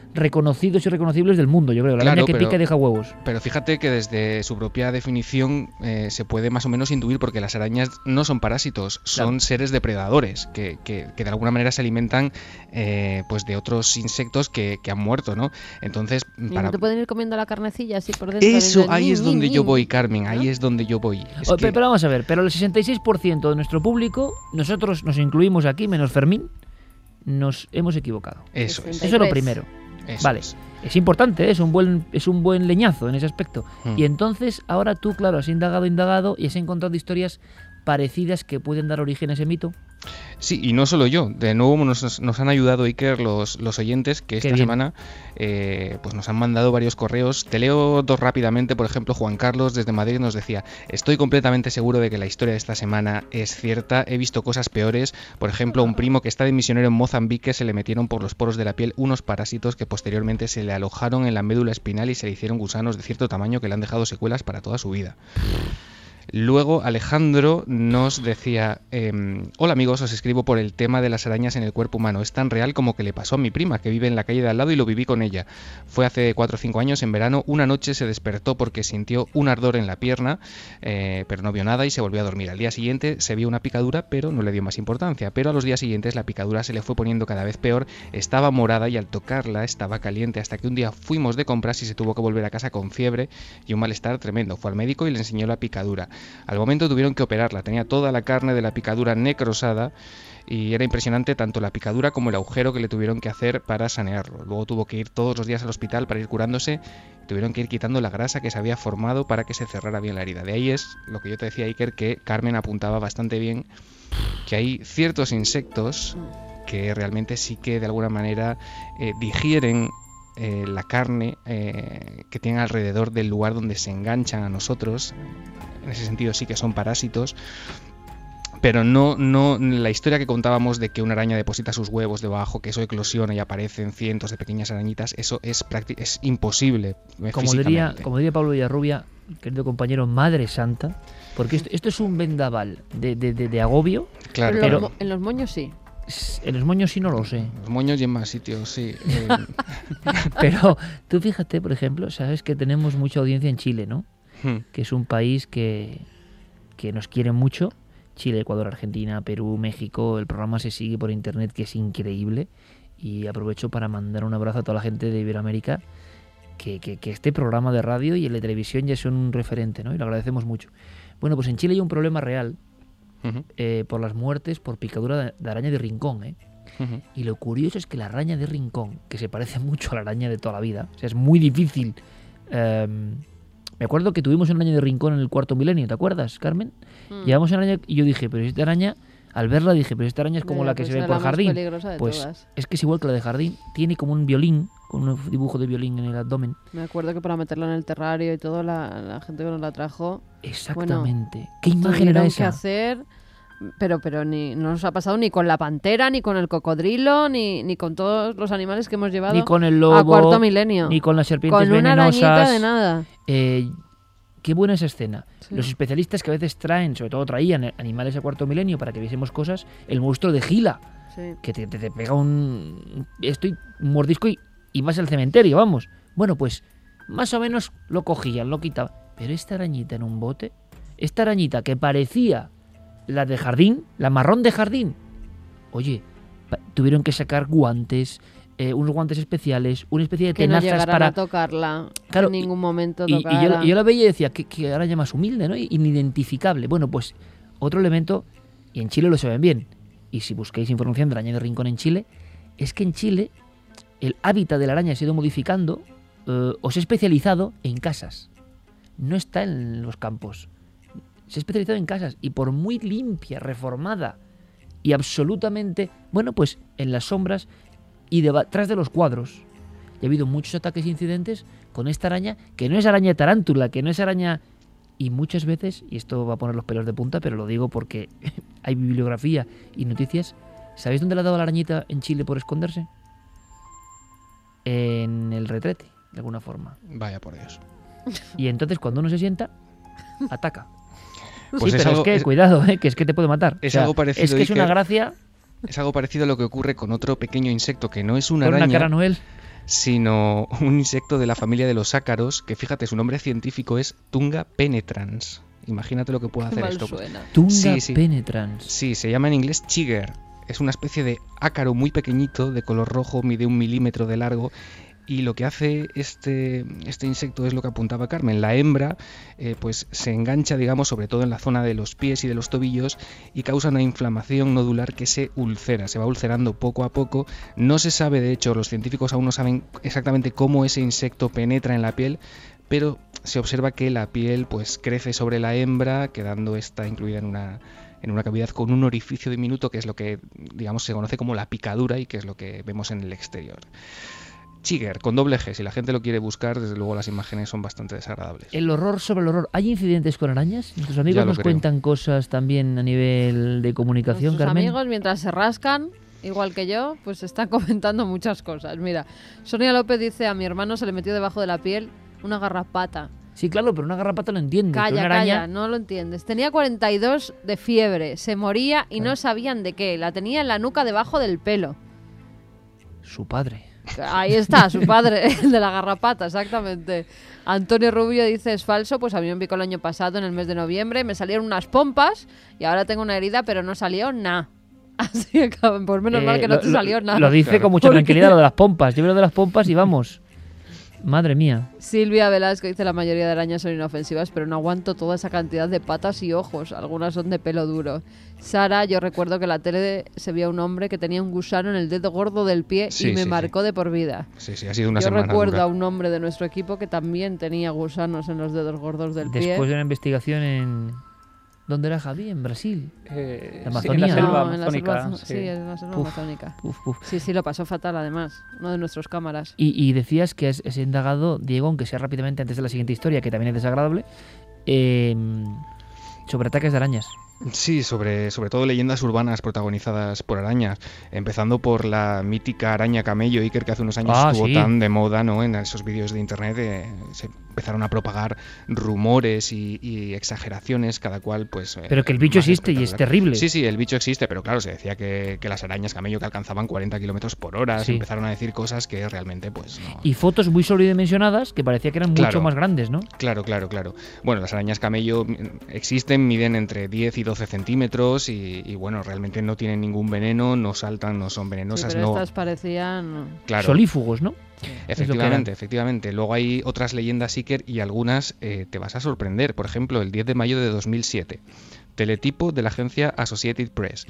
reconocidos y reconocibles del mundo, yo creo. La Claro, araña que pero- pica y deja huevos. Pero fíjate que desde su propia definición eh, se puede más o menos intuir, porque las arañas no son parásitos, son Claro. seres depredadores que, que- que de alguna manera se alimentan eh, pues de otros insectos que, que han muerto, ¿no? Entonces, Y para... no te pueden ir comiendo la carnecilla así por dentro. Eso, diciendo, ahí "Ñi, es ñi, donde ñi". yo voy, Carmen, ahí ¿No? es donde yo voy. Es O- que- Pero vamos a ver, pero el sesenta y seis por ciento de nuestro público, nosotros nos incluimos aquí, menos Fermín, nos hemos equivocado. Eso es, sesenta y Eso es lo tres. primero. eso Vale. es. Es importante, ¿eh? es un buen es un buen leñazo en ese aspecto. Hmm. Y entonces, ahora tú, claro, has indagado, indagado y has encontrado historias parecidas que pueden dar origen a ese mito. Sí, y no solo yo, de nuevo nos, nos han ayudado, Iker, los, los oyentes, que esta bien. semana eh, pues nos han mandado varios correos. Te leo dos rápidamente. Por ejemplo, Juan Carlos desde Madrid nos decía: estoy completamente seguro de que la historia de esta semana es cierta, he visto cosas peores. Por ejemplo, a un primo que está de misionero en Mozambique se le metieron por los poros de la piel unos parásitos que posteriormente se le alojaron en la médula espinal y se le hicieron gusanos de cierto tamaño que le han dejado secuelas para toda su vida. Luego Alejandro nos decía: eh, hola amigos, os escribo por el tema de las arañas en el cuerpo humano. Es tan real como que le pasó a mi prima, que vive en la calle de al lado, y lo viví con ella. Fue hace cuatro o cinco años, en verano. Una noche se despertó porque sintió un ardor en la pierna, eh, pero no vio nada y se volvió a dormir. Al día siguiente se vio una picadura, pero no le dio más importancia. Pero a los días siguientes la picadura se le fue poniendo cada vez peor, estaba morada y al tocarla estaba caliente, hasta que un día fuimos de compras y se tuvo que volver a casa con fiebre y un malestar tremendo. Fue al médico y le enseñó la picadura. Al momento tuvieron que operarla, tenía toda la carne de la picadura necrosada y era impresionante tanto la picadura como el agujero que le tuvieron que hacer para sanearlo. Luego tuvo que ir todos los días al hospital para ir curándose, tuvieron que ir quitando la grasa que se había formado para que se cerrara bien la herida. De ahí es lo que yo te decía, Iker, que Carmen apuntaba bastante bien, que hay ciertos insectos que realmente sí que de alguna manera eh, digieren eh, la carne eh, que tienen alrededor del lugar donde se enganchan a nosotros. En ese sentido sí que son parásitos, pero no, no la historia que contábamos de que una araña deposita sus huevos debajo, que eso eclosiona y aparecen cientos de pequeñas arañitas, eso es, es imposible eh, Como diría, físicamente. como diría Pablo Villarrubia, querido compañero, Madre Santa, porque esto, esto es un vendaval de, de, de, de agobio. Claro, Pero en pero- los mo- en los moños sí. En los moños sí no lo sé. los moños y en más sitios, sí. eh, Pero tú fíjate, por ejemplo, sabes que tenemos mucha audiencia en Chile, ¿no? hmm. Que es un país que, que nos quiere mucho. Chile, Ecuador, Argentina, Perú, México. El programa se sigue por internet, que es increíble. Y aprovecho para mandar un abrazo a toda la gente de Iberoamérica, que, que, que este programa de radio y el de televisión ya son un referente, ¿no? Y lo agradecemos mucho. Bueno, pues en Chile hay un problema real Ujú, eh, por las muertes por picadura de, de araña de rincón, ¿eh? ujú. Y lo curioso es que la araña de rincón, que se parece mucho a la araña de toda la vida, o sea, es muy difícil. eh, me acuerdo que tuvimos una araña de rincón en el cuarto milenio, ¿te acuerdas, Carmen? Mm. Llevamos una araña y yo dije, pero esta araña, al verla dije, pero esta araña es como Venga, la que pues se ve era por la más jardín. peligrosa de Pues todas. es que es igual que la de jardín, tiene como un violín, con un dibujo de violín en el abdomen. Me acuerdo que para meterla en el terrario y todo, la, la gente que nos la trajo, Exactamente. ¿Qué imagen era tuvieron que esa? hacer, pero pero ni no nos ha pasado ni con la pantera, ni con el cocodrilo, ni, ni con todos los animales que hemos llevado Ni con el lobo, a cuarto milenio. ni con las serpientes con una venenosas. arañita de nada. Eh, qué buena esa escena. Sí. Los especialistas que a veces traen, sobre todo traían animales a cuarto milenio para que viésemos cosas, el monstruo de Gila, Sí. que te, te- te pega un esto y un mordisco y, y vas al cementerio, vamos. Bueno, pues más o menos lo cogían, lo quitaban. Pero esta arañita en un bote, esta arañita que parecía la de jardín, la marrón de jardín, oye, pa- tuvieron que sacar guantes, eh, unos guantes especiales, una especie de Que no tenazas llegaran para... a tocarla, Claro, en ningún momento Y, y tocarla. yo, y yo la veía y decía, qué, qué araña más humilde, ¿no? Inidentificable. Bueno, pues otro elemento, y en Chile lo saben bien, y si busquéis información de la araña de rincón en Chile, es que en Chile el hábitat de la araña se ha ido modificando eh, o se ha especializado en casas. No está en los campos. Se ha especializado en casas y por muy limpia, reformada y absolutamente, bueno, pues en las sombras y detrás de los cuadros. Y ha habido muchos ataques e incidentes con esta araña, que no es araña tarántula, que no es araña... Y muchas veces, y esto va a poner los pelos de punta, pero lo digo porque hay bibliografía y noticias, ¿sabéis dónde le ha dado la arañita en Chile por esconderse? En el retrete, de alguna forma. Vaya por Dios. Y entonces cuando uno se sienta, ataca. Pues sí, es pero algo- es que, es- cuidado, ¿eh? Que es que te puede matar. Es O sea, algo parecido, Es que es una Iker. gracia Es algo parecido a lo que ocurre con otro pequeño insecto que no es una con araña. una cara Noel. sino un insecto de la familia de los ácaros, que fíjate, su nombre científico es Tunga penetrans. Imagínate lo que puede hacer Mal esto. suena. Tunga Sí, sí. penetrans. Sí, se llama en inglés chigger. Es una especie de ácaro muy pequeñito, de color rojo, mide un milímetro de largo. Y lo que hace este, este insecto es lo que apuntaba Carmen. La hembra eh, pues se engancha, digamos, sobre todo en la zona de los pies y de los tobillos y causa una inflamación nodular que se ulcera, se va ulcerando poco a poco. No se sabe, de hecho, los científicos aún no saben exactamente cómo ese insecto penetra en la piel, pero se observa que la piel pues crece sobre la hembra, quedando esta incluida en una... en una cavidad con un orificio diminuto, que es lo que, digamos, se conoce como la picadura y que es lo que vemos en el exterior. Chigger, con doble G, si la gente lo quiere buscar, desde luego las imágenes son bastante desagradables. El horror sobre el horror. ¿Hay incidentes con arañas? ¿Nuestros amigos Ya lo nos creo. cuentan cosas también a nivel de comunicación, Nuestros Carmen? amigos, mientras se rascan, igual que yo, pues están comentando muchas cosas. Mira, Sonia López dice, a mi hermano se le metió debajo de la piel una garrapata. Sí, claro, pero una garrapata lo entiende. pero Calla, una araña... calla, no lo entiendes. Tenía cuarenta y dos de fiebre, se moría y no sabían de qué. La tenía en la nuca debajo del pelo. Su padre. Ahí está, su padre, el de la garrapata, exactamente. Antonio Rubio dice, es falso, pues a mí me picó el año pasado, en el mes de noviembre, me salieron unas pompas y ahora tengo una herida, pero no salió nada. Así que, por menos Eh, mal que no lo- te salió lo, nada. Lo dice Claro. con mucha ¿Por qué? tranquilidad, lo de las pompas. Llévelo de las pompas y vamos. Madre mía. Silvia Velasco dice, la mayoría de arañas son inofensivas, pero no aguanto toda esa cantidad de patas y ojos. Algunas son de pelo duro. Sara, yo recuerdo que en la tele se vio un hombre que tenía un gusano en el dedo gordo del pie Sí, y me sí, marcó de por vida. Sí, sí, ha sido una Yo semana recuerdo dura. a un hombre de nuestro equipo que también tenía gusanos en los dedos gordos del Después pie. de una investigación en... ¿Dónde era Javi? En Brasil. Eh, La sí, en la Amazonía, selva No, en la amazónica. selva- sí. sí, en la selva Puf. amazónica. Uf, uf. Sí, sí, lo pasó fatal además, uno de nuestros cámaras. Y, y decías que has, has indagado, Diego, aunque sea rápidamente antes de la siguiente historia, que también es desagradable, eh, sobre ataques de arañas. Sí, sobre, sobre todo leyendas urbanas protagonizadas por arañas, empezando por la mítica araña camello, Iker, que hace unos años Ah, estuvo sí. tan de moda, ¿no? En esos vídeos de internet eh, se empezaron a propagar rumores y, y exageraciones, cada cual pues... eh, Pero que el bicho más existe y es espectacular. terrible. Sí, sí, el bicho existe, pero claro, se decía que, que las arañas camello que alcanzaban cuarenta kilómetros por hora, Sí. se empezaron a decir cosas que realmente pues no... Y fotos muy sobredimensionadas que parecía que eran mucho Claro. más grandes, ¿no? Claro, claro, claro. Bueno, las arañas camello mm, existen, miden entre diez y doce centímetros y, y, bueno, realmente no tienen ningún veneno, no saltan, no son Sí, venenosas, pero no... estas parecían... Claro, Solífugos, ¿no? efectivamente, efectivamente. Luego hay otras leyendas Iker y algunas eh, te vas a sorprender. Por ejemplo, el diez de mayo de dos mil siete, teletipo de la agencia Associated Press.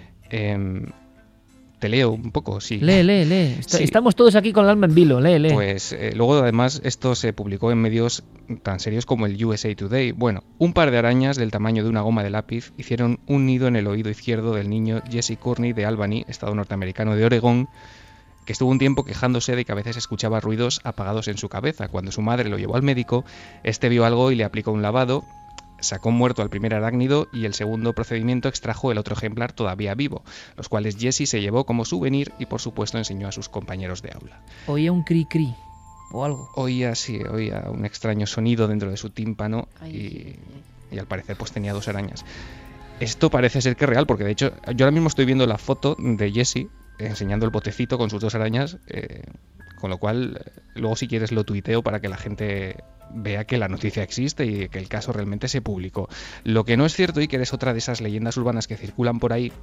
Em, te leo un poco, sí. Lee, lee, lee. Está- Sí. Estamos todos aquí con el alma en vilo. Lee, lee. Pues eh, luego además esto se publicó en medios tan serios como el U S A Today. Bueno, un par de arañas del tamaño de una goma de lápiz hicieron un nido en el oído izquierdo del niño Jesse Courtney de Albany, estado norteamericano de Oregón, que estuvo un tiempo quejándose de que a veces escuchaba ruidos apagados en su cabeza. Cuando su madre lo llevó al médico, este vio algo y le aplicó un lavado, sacó muerto al primer arácnido y el segundo procedimiento extrajo el otro ejemplar todavía vivo, los cuales Jesse se llevó como souvenir y por supuesto enseñó a sus compañeros de aula. Oía un cri cri o algo. Oía, sí, oía un extraño sonido dentro de su tímpano Ay. y, y al parecer pues tenía dos arañas. Esto parece ser que es real, porque de hecho yo ahora mismo estoy viendo la foto de Jesse enseñando el botecito con sus dos arañas, eh, con lo cual eh, luego si quieres lo tuiteo para que la gente vea que la noticia existe y que el caso realmente se publicó. Lo que no es cierto, y que es otra de esas leyendas urbanas que circulan por ahí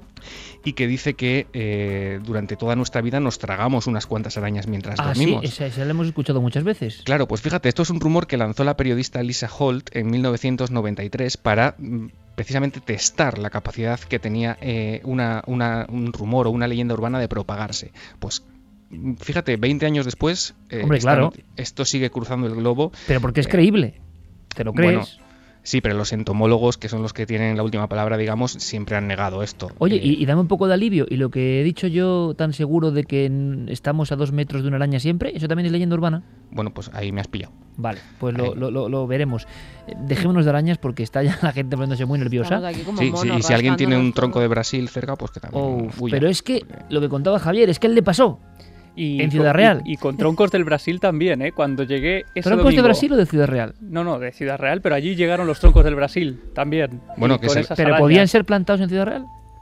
y que dice que eh, durante toda nuestra vida nos tragamos unas cuantas arañas mientras Ah, sí, dormimos. esa, esa la hemos escuchado muchas veces. Claro, pues fíjate, esto es un rumor que lanzó la periodista Lisa Holt en mil novecientos noventa y tres para mm, precisamente testar la capacidad que tenía eh, una, una- un rumor o una leyenda urbana de propagarse. Pues mm, fíjate, veinte años después, eh, Hombre, esta claro. not- esto sigue cruzando el globo. Pero porque es Eh, creíble. ¿Te lo crees? bueno, sí, pero los entomólogos, que son los que tienen la última palabra, digamos, siempre han negado esto. Oye, Eh, y, y dame un poco de alivio. ¿Y lo que he dicho yo tan seguro de que n- estamos a dos metros de una araña siempre? ¿Eso también es leyenda urbana? Bueno, pues ahí me has pillado. Vale, pues lo, Ahí. lo- lo- lo veremos. Eh, Dejémonos de arañas porque está ya la gente poniéndose muy nerviosa. Estamos aquí como Sí, sí, monos y si alguien tiene un rascándonos tronco todo. de Brasil cerca, pues que también Oh, huya, pero es que porque- lo que contaba Javier es que él le pasó. Y En Ciudad con- Real. Y, y con troncos del Brasil también, ¿eh? Cuando llegué ese ¿Troncos de domingo- Brasil o de Ciudad Real? No, no, de Ciudad Real, pero allí llegaron los troncos del Brasil también. Bueno, Y que con se- esas ¿Pero arañas. podían ser plantados en Ciudad Real?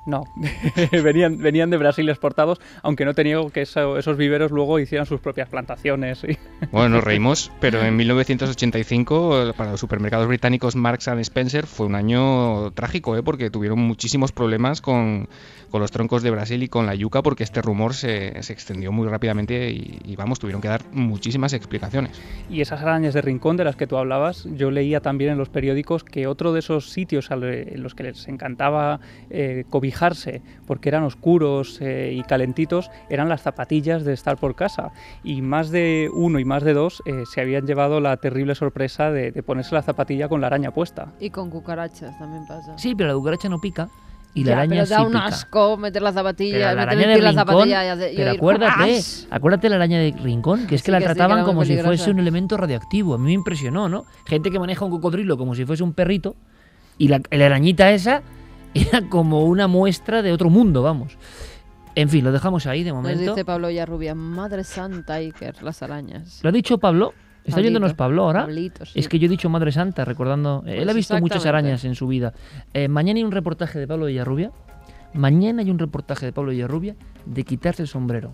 No, venían, venían de Brasil exportados, aunque no tenía que eso, esos viveros luego hicieran sus propias plantaciones. ¿Sí? Bueno, nos reímos, pero en mil novecientos ochenta y cinco para los supermercados británicos Marks and Spencer fue un año trágico, ¿eh? Porque tuvieron muchísimos problemas con, con los troncos de Brasil y con la yuca, porque este rumor se, se extendió muy rápidamente y, y vamos, tuvieron que dar muchísimas explicaciones. Y esas arañas de rincón de las que tú hablabas, yo leía también en los periódicos que otro de esos sitios en los que les encantaba eh, cobijar porque eran oscuros eh, y calentitos, eran las zapatillas de estar por casa, y más de uno y más de dos eh, se habían llevado la terrible sorpresa de, de ponerse la zapatilla con la araña puesta. Y con cucarachas también pasa. Sí, pero la cucaracha no pica y ya, la araña pero da sí un pica. asco meter la zapatilla, pero la meter, araña meter de la rincón, zapatilla y, y pero oír, acuérdate, ¡as! acuérdate la araña de rincón, que es Sí, que la que sí, que trataban era muy como si peligrosa. fuese un elemento radioactivo. A mí me impresionó, ¿no? Gente que maneja un cocodrilo como si fuese un perrito, y la, la arañita esa era como una muestra de otro mundo, vamos. En fin, lo dejamos ahí de Nos momento. dice Pablo Villarrubia, madre santa, Iker, las arañas. ¿Lo ha dicho Pablo? ¿Está Pablito, oyéndonos Pablo ahora? Pablito, sí. Es que yo he dicho Madre Santa, recordando... Pues él ha visto muchas exactamente. arañas en su vida. Eh, mañana hay un reportaje de Pablo Villarrubia. Mañana hay un reportaje de Pablo Villarrubia de quitarse el sombrero.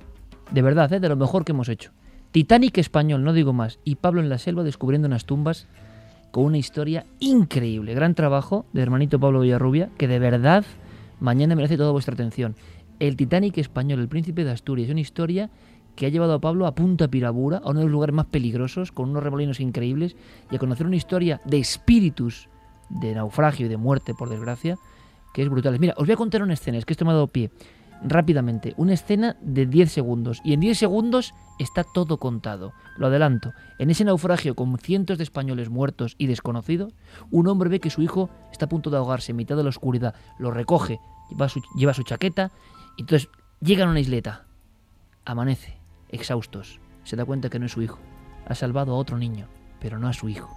De verdad, ¿eh? De lo mejor que hemos hecho. Titanic español, no digo más. Y Pablo en la selva descubriendo unas tumbas con una historia increíble. Gran trabajo de hermanito Pablo Villarrubia, que de verdad mañana merece toda vuestra atención. El Titanic español, el príncipe de Asturias, es una historia que ha llevado a Pablo a Punta Pirabura, a uno de los lugares más peligrosos, con unos remolinos increíbles, y a conocer una historia de espíritus, de naufragio y de muerte, por desgracia, que es brutal. Mira, os voy a contar una escena, es que esto me ha dado pie, rápidamente, una escena de diez segundos, y en diez segundos está todo contado. Lo adelanto. En ese naufragio con cientos de españoles muertos y desconocidos, un hombre ve que su hijo está a punto de ahogarse en mitad de la oscuridad, lo recoge, lleva su, lleva su chaqueta, y entonces llegan a una isleta, amanece, exhaustos, se da cuenta que no es su hijo, ha salvado a otro niño, pero no a su hijo.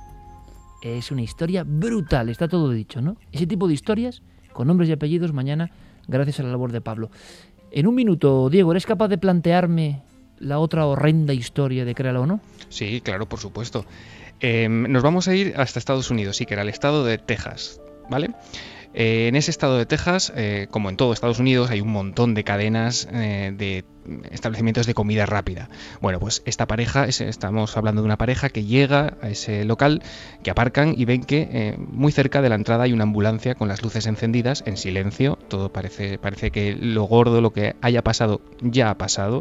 Es una historia brutal, está todo dicho, ¿no? Ese tipo de historias, con nombres y apellidos, mañana, gracias a la labor de Pablo. En un minuto, Diego, ¿eres capaz de plantearme la otra horrenda historia de Créalo o no? Sí, claro, por supuesto. Eh, nos vamos a ir hasta Estados Unidos, sí, que era el estado de Texas, ¿vale? Eh, en ese estado de Texas, eh, como en todo Estados Unidos, hay un montón de cadenas eh, de establecimientos de comida rápida. Bueno, pues esta pareja, es, estamos hablando de una pareja que llega a ese local, que aparcan y ven que eh, muy cerca de la entrada hay una ambulancia con las luces encendidas, en silencio. Todo parece, parece que lo gordo, lo que haya pasado, ya ha pasado.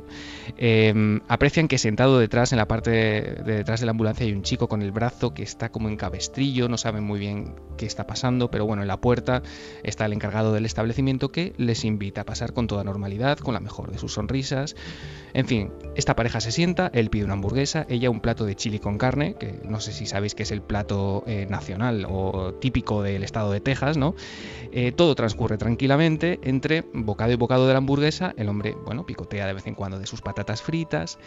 Eh, aprecian que sentado detrás, en la parte de, de detrás de la ambulancia, hay un chico con el brazo que está como en cabestrillo, no saben muy bien qué está pasando, pero bueno, en la puerta está el encargado del establecimiento que les invita a pasar con toda normalidad, con la mejor de sus sonrisas. En fin, esta pareja se sienta, él pide una hamburguesa, ella un plato de chili con carne, que no sé si sabéis que es el plato eh, nacional o típico del estado de Texas, ¿no? Eh, todo transcurre tranquilamente entre bocado y bocado de la hamburguesa, el hombre, bueno, picotea de vez en cuando de sus patatas fritas,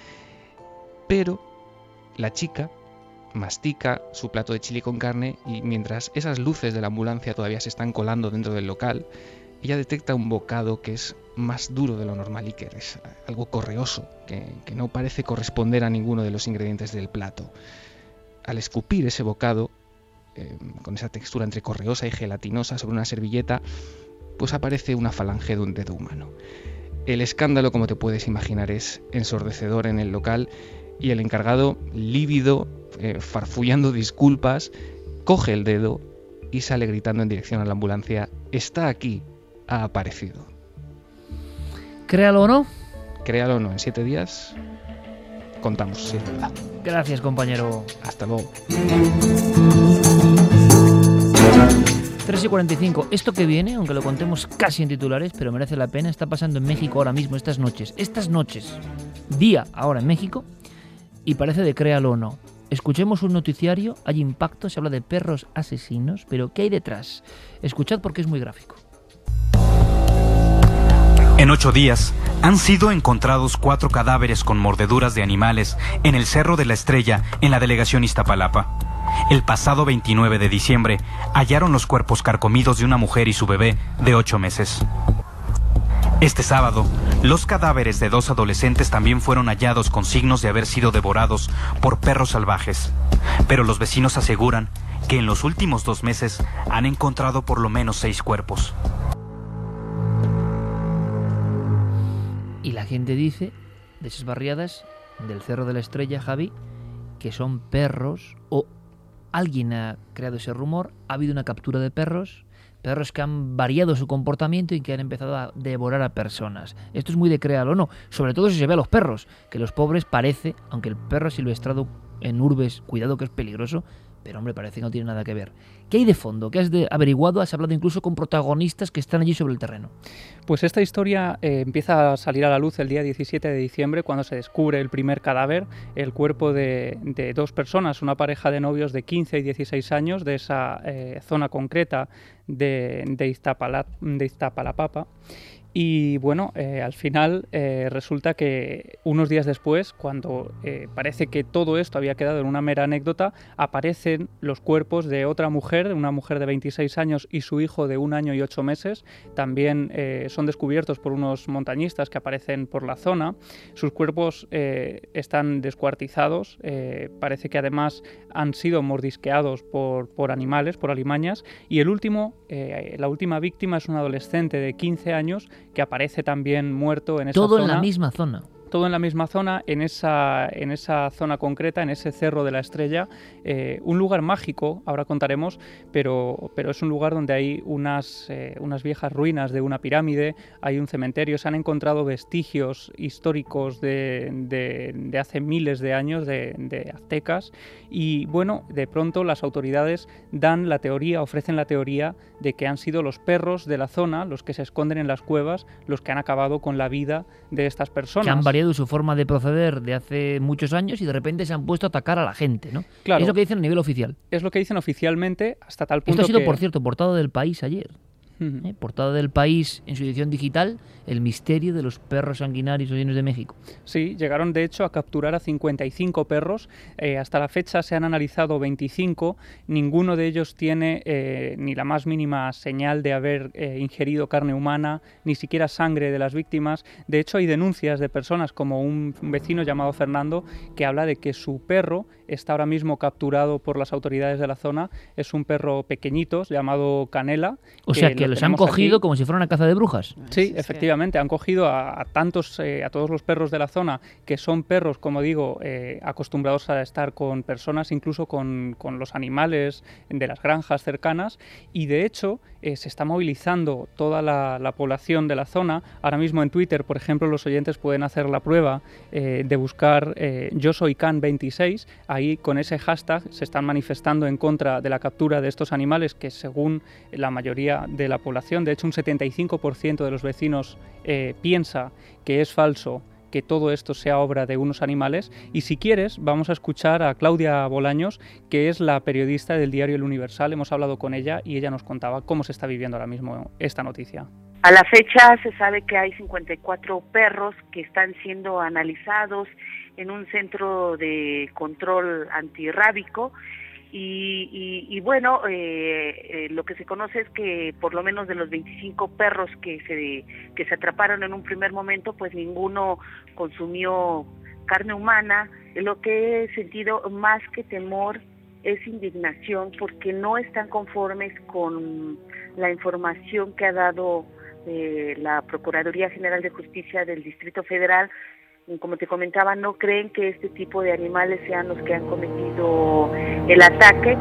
pero la chica mastica su plato de chili con carne y mientras esas luces de la ambulancia todavía se están colando dentro del local, ella detecta un bocado que es más duro de lo normal y que es algo correoso, que, que no parece corresponder a ninguno de los ingredientes del plato. Al escupir ese bocado, eh, con esa textura entre correosa y gelatinosa sobre una servilleta, pues aparece una falange de un dedo humano. El escándalo, como te puedes imaginar, es ensordecedor en el local y el encargado, lívido, eh, farfullando disculpas, coge el dedo y sale gritando en dirección a la ambulancia: «Está aquí, ha aparecido». Créalo o no. Créalo o no, en siete días contamos si es verdad. Gracias, compañero. Hasta luego. tres y cuarenta y cinco. Esto que viene, aunque lo contemos casi en titulares, pero merece la pena, está pasando en México ahora mismo, estas noches. Estas noches. Día ahora en México. Y parece de créalo o no. Escuchemos un noticiario, hay impacto, se habla de perros asesinos, pero ¿qué hay detrás? Escuchad porque es muy gráfico. En ocho días, han sido encontrados cuatro cadáveres con mordeduras de animales en el Cerro de la Estrella, en la delegación Iztapalapa. El pasado veintinueve de diciembre, hallaron los cuerpos carcomidos de una mujer y su bebé de ocho meses. Este sábado, los cadáveres de dos adolescentes también fueron hallados con signos de haber sido devorados por perros salvajes. Pero los vecinos aseguran que en los últimos dos meses han encontrado por lo menos seis cuerpos. La gente dice, de esas barriadas del Cerro de la Estrella, Javi, que son perros, o alguien ha creado ese rumor, ha habido una captura de perros, perros que han variado su comportamiento y que han empezado a devorar a personas. Esto es muy de crear o no, sobre todo si se ve a los perros, que los pobres parece, aunque el perro silvestrado en urbes, cuidado que es peligroso, pero hombre, parece que no tiene nada que ver. ¿Qué hay de fondo? ¿Qué has de averiguado? ¿Has hablado incluso con protagonistas que están allí sobre el terreno? Pues esta historia eh, empieza a salir a la luz el día diecisiete de diciembre, cuando se descubre el primer cadáver, el cuerpo de, de dos personas, una pareja de novios de quince y dieciséis años de esa eh, zona concreta de, de, Iztapala, de Iztapalapa. Y bueno, eh, al final eh, resulta que unos días después, cuando eh, parece que todo esto había quedado en una mera anécdota, aparecen los cuerpos de otra mujer, una mujer de veintiséis años y su hijo de un año y ocho meses. También eh, son descubiertos por unos montañistas que aparecen por la zona. Sus cuerpos eh, están descuartizados, eh, parece que además han sido mordisqueados por, por animales, por alimañas. Y el último, eh, la última víctima es un adolescente de quince años que aparece también muerto en esa Todo zona. en la misma zona. Todo en la misma zona, en esa, en esa zona concreta, en ese Cerro de la Estrella, eh, un lugar mágico, ahora contaremos, pero, pero es un lugar donde hay unas, eh, unas viejas ruinas de una pirámide, hay un cementerio, se han encontrado vestigios históricos de, de, de hace miles de años, de, de aztecas, y bueno, de pronto las autoridades dan la teoría, ofrecen la teoría de que han sido los perros de la zona, los que se esconden en las cuevas, los que han acabado con la vida de estas personas. Que han variado su forma de proceder de hace muchos años y de repente se han puesto a atacar a la gente, ¿no? Claro. Es lo que dicen a nivel oficial. Es lo que dicen oficialmente, hasta tal punto Esto ha sido, que... por cierto, portada del País ayer. Uh-huh. ¿Eh? Portada del País en su edición digital, el misterio de los perros sanguinarios llenos de México. Sí, llegaron de hecho a capturar a cincuenta y cinco perros. Eh, hasta la fecha se han analizado veinticinco. Ninguno de ellos tiene eh, ni la más mínima señal de haber eh, ingerido carne humana, ni siquiera sangre de las víctimas. De hecho, hay denuncias de personas como un vecino llamado Fernando que habla de que su perro está ahora mismo capturado por las autoridades de la zona. Es un perro pequeñito llamado Canela. O sea que los han cogido aquí como si fuera una caza de brujas. Sí, efectivamente, han cogido a, a tantos, eh, a todos los perros de la zona, que son perros, como digo, eh, acostumbrados a estar con personas, incluso con, con los animales de las granjas cercanas, y de hecho eh, se está movilizando toda la, la población de la zona. Ahora mismo en Twitter, por ejemplo, los oyentes pueden hacer la prueba eh, de buscar eh, yo soy can veintiséis, ahí con ese hashtag se están manifestando en contra de la captura de estos animales que, según la mayoría de la población, de hecho un setenta y cinco por ciento de los vecinos eh, piensa que es falso que todo esto sea obra de unos animales. Y si quieres, vamos a escuchar a Claudia Bolaños, que es la periodista del diario El Universal. Hemos hablado con ella y ella nos contaba cómo se está viviendo ahora mismo esta noticia. A la fecha se sabe que hay cincuenta y cuatro perros que están siendo analizados en un centro de control antirrábico. Y, y, y bueno, eh, eh, lo que se conoce es que por lo menos de los veinticinco perros que se que se atraparon en un primer momento, pues ninguno consumió carne humana. Lo que he sentido más que temor es indignación, porque no están conformes con la información que ha dado eh, la Procuraduría General de Justicia del Distrito Federal. Como te comentaba, no creen que este tipo de animales sean los que han cometido el ataque.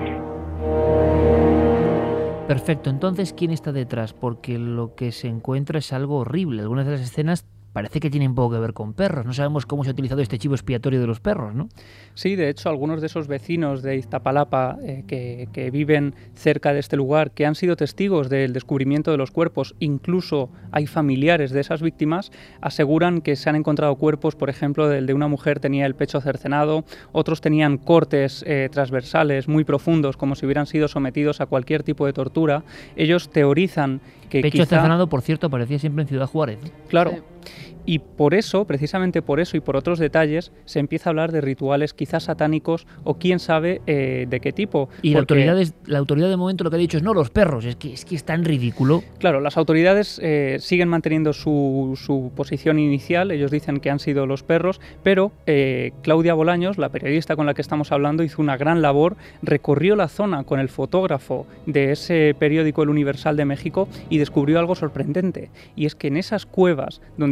Perfecto, entonces, ¿quién está detrás? Porque lo que se encuentra es algo horrible. Algunas de las escenas parece que tienen poco que ver con perros. No sabemos cómo se ha utilizado este chivo expiatorio de los perros, ¿no? Sí, de hecho, algunos de esos vecinos de Iztapalapa eh, que, que viven cerca de este lugar, que han sido testigos del descubrimiento de los cuerpos, incluso hay familiares de esas víctimas, aseguran que se han encontrado cuerpos, por ejemplo, el de una mujer tenía el pecho cercenado, otros tenían cortes eh, transversales muy profundos, como si hubieran sido sometidos a cualquier tipo de tortura. Ellos teorizan que pecho quizá... cercenado, por cierto, aparecía siempre en Ciudad Juárez. Claro. Sí. Y por eso, precisamente por eso y por otros detalles, se empieza a hablar de rituales quizás satánicos o quién sabe eh, de qué tipo. Y la, porque, autoridad es, la autoridad de momento lo que ha dicho es no, los perros, es que es, que es tan ridículo. Claro, las autoridades eh, siguen manteniendo su, su posición inicial, ellos dicen que han sido los perros, pero eh, Claudia Bolaños, la periodista con la que estamos hablando, hizo una gran labor, recorrió la zona con el fotógrafo de ese periódico El Universal de México y descubrió algo sorprendente, y es que en esas cuevas donde habían aparecido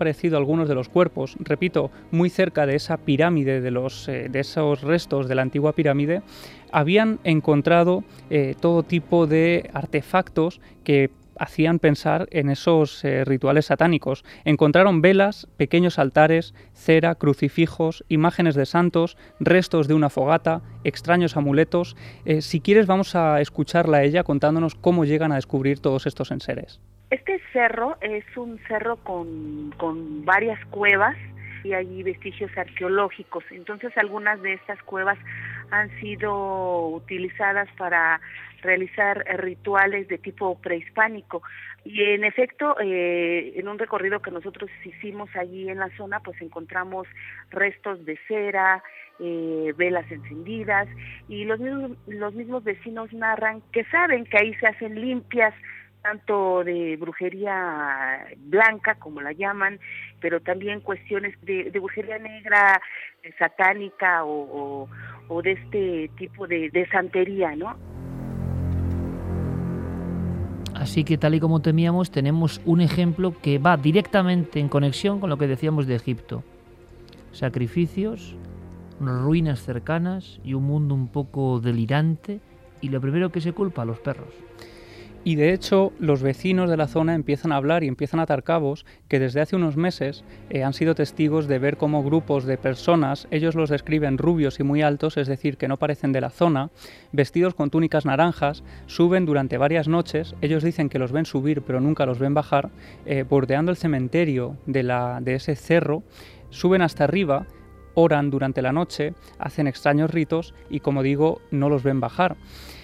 aparecido algunos de los cuerpos, repito, muy cerca de esa pirámide, de, los, eh, de esos restos de la antigua pirámide, habían encontrado eh, todo tipo de artefactos que hacían pensar en esos eh, rituales satánicos. Encontraron velas, pequeños altares, cera, crucifijos, imágenes de santos, restos de una fogata, extraños amuletos. Eh, si quieres vamos a escucharla a ella contándonos cómo llegan a descubrir todos estos enseres. Este cerro es un cerro con, con varias cuevas y hay vestigios arqueológicos. Entonces algunas de estas cuevas han sido utilizadas para realizar rituales de tipo prehispánico. Y en efecto, eh, en un recorrido que nosotros hicimos allí en la zona, pues encontramos restos de cera, eh, velas encendidas, y los mismos, los mismos vecinos narran que saben que ahí se hacen limpias, tanto de brujería blanca, como la llaman, pero también cuestiones de, de brujería negra, eh, satánica o, o, o de este tipo de, de santería, ¿no? Así que, tal y como temíamos, tenemos un ejemplo que va directamente en conexión con lo que decíamos de Egipto. Sacrificios, ruinas cercanas y un mundo un poco delirante, y lo primero que se culpa, a los perros. Y de hecho, los vecinos de la zona empiezan a hablar y empiezan a atar cabos que desde hace unos meses eh, han sido testigos de ver cómo grupos de personas, ellos los describen rubios y muy altos, es decir, que no parecen de la zona, vestidos con túnicas naranjas, suben durante varias noches, ellos dicen que los ven subir pero nunca los ven bajar, eh, bordeando el cementerio de, la, de ese cerro, suben hasta arriba, oran durante la noche, hacen extraños ritos y, como digo, no los ven bajar.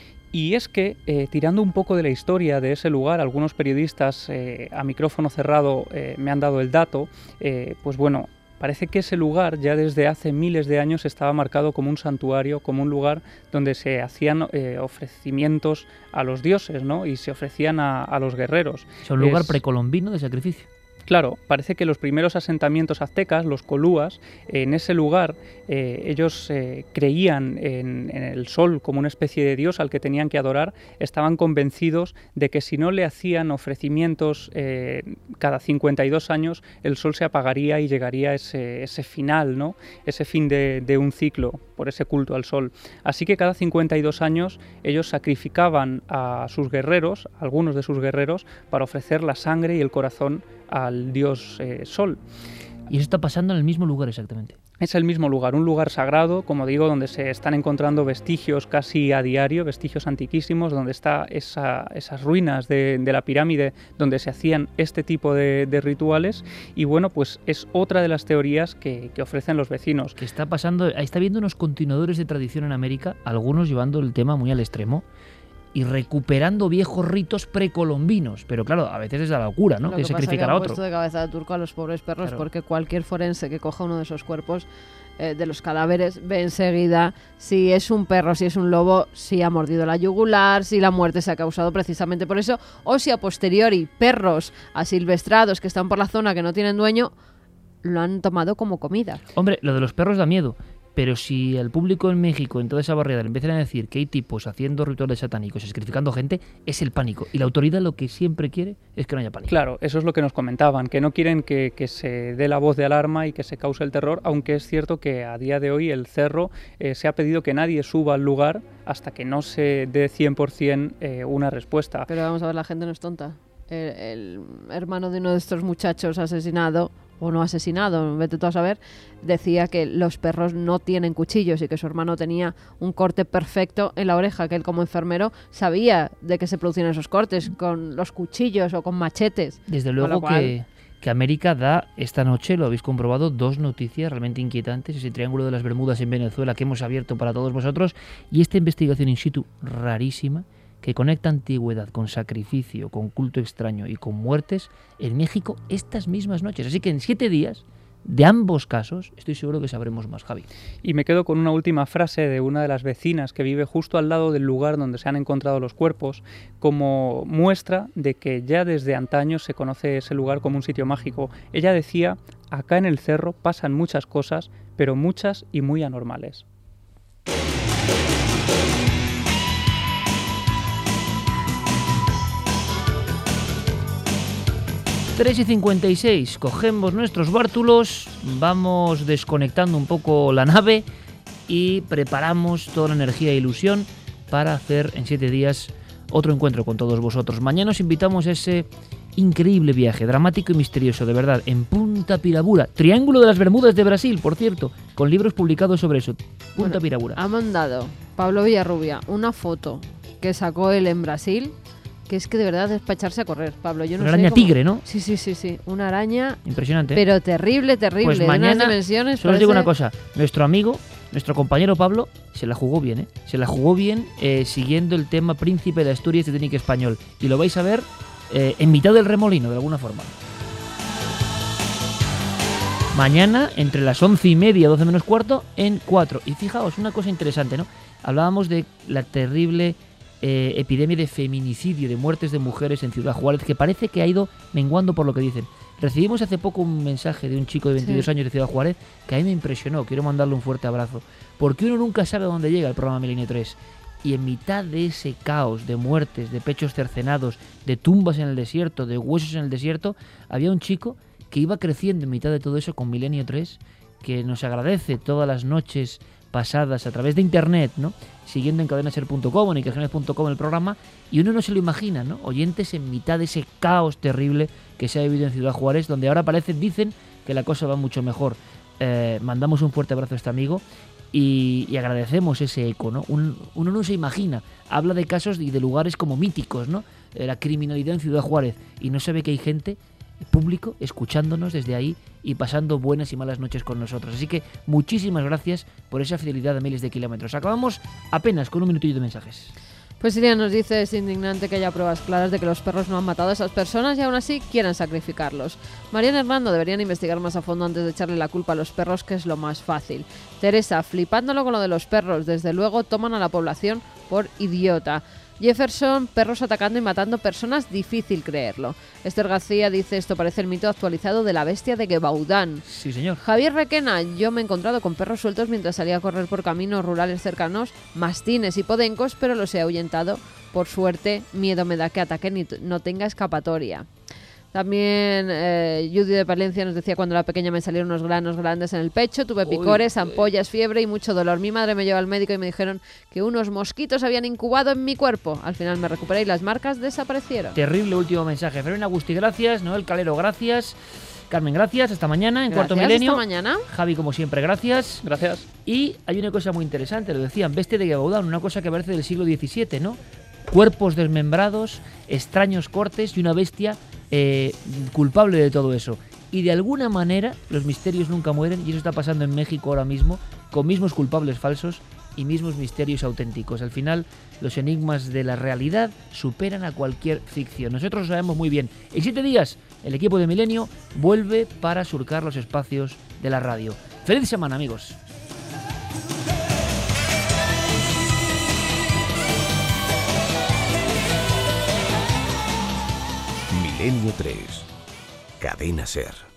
Y es que, eh, tirando un poco de la historia de ese lugar, algunos periodistas eh, a micrófono cerrado eh, me han dado el dato, eh, pues bueno, parece que ese lugar ya desde hace miles de años estaba marcado como un santuario, como un lugar donde se hacían eh, ofrecimientos a los dioses, ¿no? Y se ofrecían a, a los guerreros. Es un lugar es... precolombino de sacrificio. Claro, parece que los primeros asentamientos aztecas, los colúas, en ese lugar eh, ellos eh, creían en, en el sol como una especie de dios al que tenían que adorar, estaban convencidos de que si no le hacían ofrecimientos eh, cada cincuenta y dos años, el sol se apagaría y llegaría ese, ese final, ¿no? Ese fin de, de un ciclo por ese culto al sol. Así que cada cincuenta y dos años ellos sacrificaban a sus guerreros, a algunos de sus guerreros, para ofrecer la sangre y el corazón al dios eh, Sol. Y eso está pasando en el mismo lugar exactamente. Es el mismo lugar, un lugar sagrado, como digo, donde se están encontrando vestigios casi a diario, vestigios antiquísimos, donde está esa, esas ruinas de, de la pirámide donde se hacían este tipo de, de rituales. Y bueno, pues es otra de las teorías que, que ofrecen los vecinos. Que está pasando, está habiendo unos continuadores de tradición en América, algunos llevando el tema muy al extremo y recuperando viejos ritos precolombinos, pero claro, a veces es la locura, ¿no? Lo que que sacrificar pasa que a han otro. puesto de cabeza de turco a los pobres perros, Claro. porque cualquier forense que coja uno de esos cuerpos eh, de los cadáveres ve enseguida si es un perro, si es un lobo, si ha mordido la yugular, si la muerte se ha causado precisamente por eso, o si a posteriori perros asilvestrados que están por la zona que no tienen dueño lo han tomado como comida. Hombre, lo de los perros da miedo. Pero si al público en México, en toda esa barriada, le empiezan a decir que hay tipos haciendo rituales satánicos, sacrificando gente, es el pánico. Y la autoridad lo que siempre quiere es que no haya pánico. Claro, eso es lo que nos comentaban, que no quieren que, que se dé la voz de alarma y que se cause el terror, aunque es cierto que a día de hoy el cerro eh, se ha pedido que nadie suba al lugar hasta que no se dé cien por ciento eh, una respuesta. Pero vamos a ver, la gente no es tonta. El, el hermano de uno de estos muchachos asesinado, o no asesinado, vete tú a saber, decía que los perros no tienen cuchillos y que su hermano tenía un corte perfecto en la oreja, que él como enfermero sabía de qué se producían esos cortes, con los cuchillos o con machetes. Desde luego cual... que, que América da esta noche, lo habéis comprobado, dos noticias realmente inquietantes, ese Triángulo de las Bermudas en Venezuela que hemos abierto para todos vosotros y esta investigación in situ rarísima que conecta antigüedad con sacrificio, con culto extraño y con muertes en México estas mismas noches. Así que en siete días, de ambos casos, estoy seguro que sabremos más, Javi. Y me quedo con una última frase de una de las vecinas que vive justo al lado del lugar donde se han encontrado los cuerpos, como muestra de que ya desde antaño se conoce ese lugar como un sitio mágico. Ella decía, acá en el cerro pasan muchas cosas, pero muchas y muy anormales. tres y cincuenta y seis, cogemos nuestros bártulos, vamos desconectando un poco la nave y preparamos toda la energía e ilusión para hacer en siete días otro encuentro con todos vosotros. Mañana os invitamos a ese increíble viaje, dramático y misterioso, de verdad, en Punta Pirabura, Triángulo de las Bermudas de Brasil, por cierto, con libros publicados sobre eso. Punta Bueno, Pirabura. Ha mandado Pablo Villarrubia una foto que sacó él en Brasil, que es que de verdad es para echarse a correr, Pablo. Yo no Una sé araña cómo- tigre, ¿no? Sí, sí, sí, sí, una araña, Impresionante. ¿eh? pero terrible, terrible, Pues de unas mañana, dimensiones. solo os digo parece- una cosa, nuestro amigo, nuestro compañero Pablo, se la jugó bien, ¿eh? Se la jugó bien eh, siguiendo el tema Príncipe de Asturias de técnica español. Y lo vais a ver eh, en mitad del remolino, de alguna forma. Mañana, entre las once y media, doce menos cuarto, en cuatro. Y fijaos, una cosa interesante, ¿no? Hablábamos de la terrible eh, epidemia de feminicidio, de muertes de mujeres en Ciudad Juárez, que parece que ha ido menguando por lo que dicen. Recibimos hace poco un mensaje de un chico de veintidós Sí. años de Ciudad Juárez que a mí me impresionó. Quiero mandarle un fuerte abrazo. Porque uno nunca sabe a dónde llega el programa Milenio tres. Y en mitad de ese caos de muertes, de pechos cercenados, de tumbas en el desierto, de huesos en el desierto, había un chico que iba creciendo en mitad de todo eso con Milenio tres, que nos agradece todas las noches pasadas a través de internet, ¿no? Siguiendo en cadenaser punto com, en ikergenes punto com el programa, y uno no se lo imagina, ¿no? Oyentes en mitad de ese caos terrible que se ha vivido en Ciudad Juárez, donde ahora parece, dicen, que la cosa va mucho mejor. Eh, mandamos un fuerte abrazo a este amigo y, y agradecemos ese eco, ¿no? Un- uno no se imagina, habla de casos y de lugares como míticos, ¿no? Eh, la criminalidad en Ciudad Juárez, y no sabe que hay gente, público, escuchándonos desde ahí y pasando buenas y malas noches con nosotros. Así que muchísimas gracias por esa fidelidad de miles de kilómetros. Acabamos apenas con un minutillo de mensajes. Pues Iria nos dice, es indignante que haya pruebas claras de que los perros no han matado a esas personas y aún así quieran sacrificarlos. Mariana Hernando, deberían investigar más a fondo antes de echarle la culpa a los perros, que es lo más fácil. Teresa, flipándolo con lo de los perros, desde luego toman a la población por idiota. Jefferson, perros atacando y matando personas, difícil creerlo. Esther García dice, esto parece el mito actualizado de la bestia de Gebaudán. Sí, señor. Javier Requena, yo me he encontrado con perros sueltos mientras salía a correr por caminos rurales cercanos, mastines y podencos, pero los he ahuyentado. Por suerte, miedo me da que ataquen y t- no tenga escapatoria. También eh, Judy de Palencia nos decía, cuando era pequeña me salieron unos granos grandes en el pecho, tuve picores, ampollas, fiebre y mucho dolor. Mi madre me llevó al médico y me dijeron que unos mosquitos habían incubado en mi cuerpo. Al final me recuperé y las marcas desaparecieron. Terrible último mensaje. Fermín Agustí, gracias. Noel Calero, gracias. Carmen, gracias. Hasta mañana en Gracias, Cuarto Milenio. hasta mañana. Javi, como siempre, gracias. Gracias. Y hay una cosa muy interesante, lo decían, bestia de Gebaudán, una cosa que parece del siglo diecisiete, ¿no? Cuerpos desmembrados, extraños cortes y una bestia eh, culpable de todo eso. Y de alguna manera los misterios nunca mueren, y eso está pasando en México ahora mismo, con mismos culpables falsos y mismos misterios auténticos. Al final, los enigmas de la realidad superan a cualquier ficción. Nosotros lo sabemos muy bien. En siete días, el equipo de Milenio vuelve para surcar los espacios de la radio. ¡Feliz semana, amigos! Milenio tres. Cadena Ser.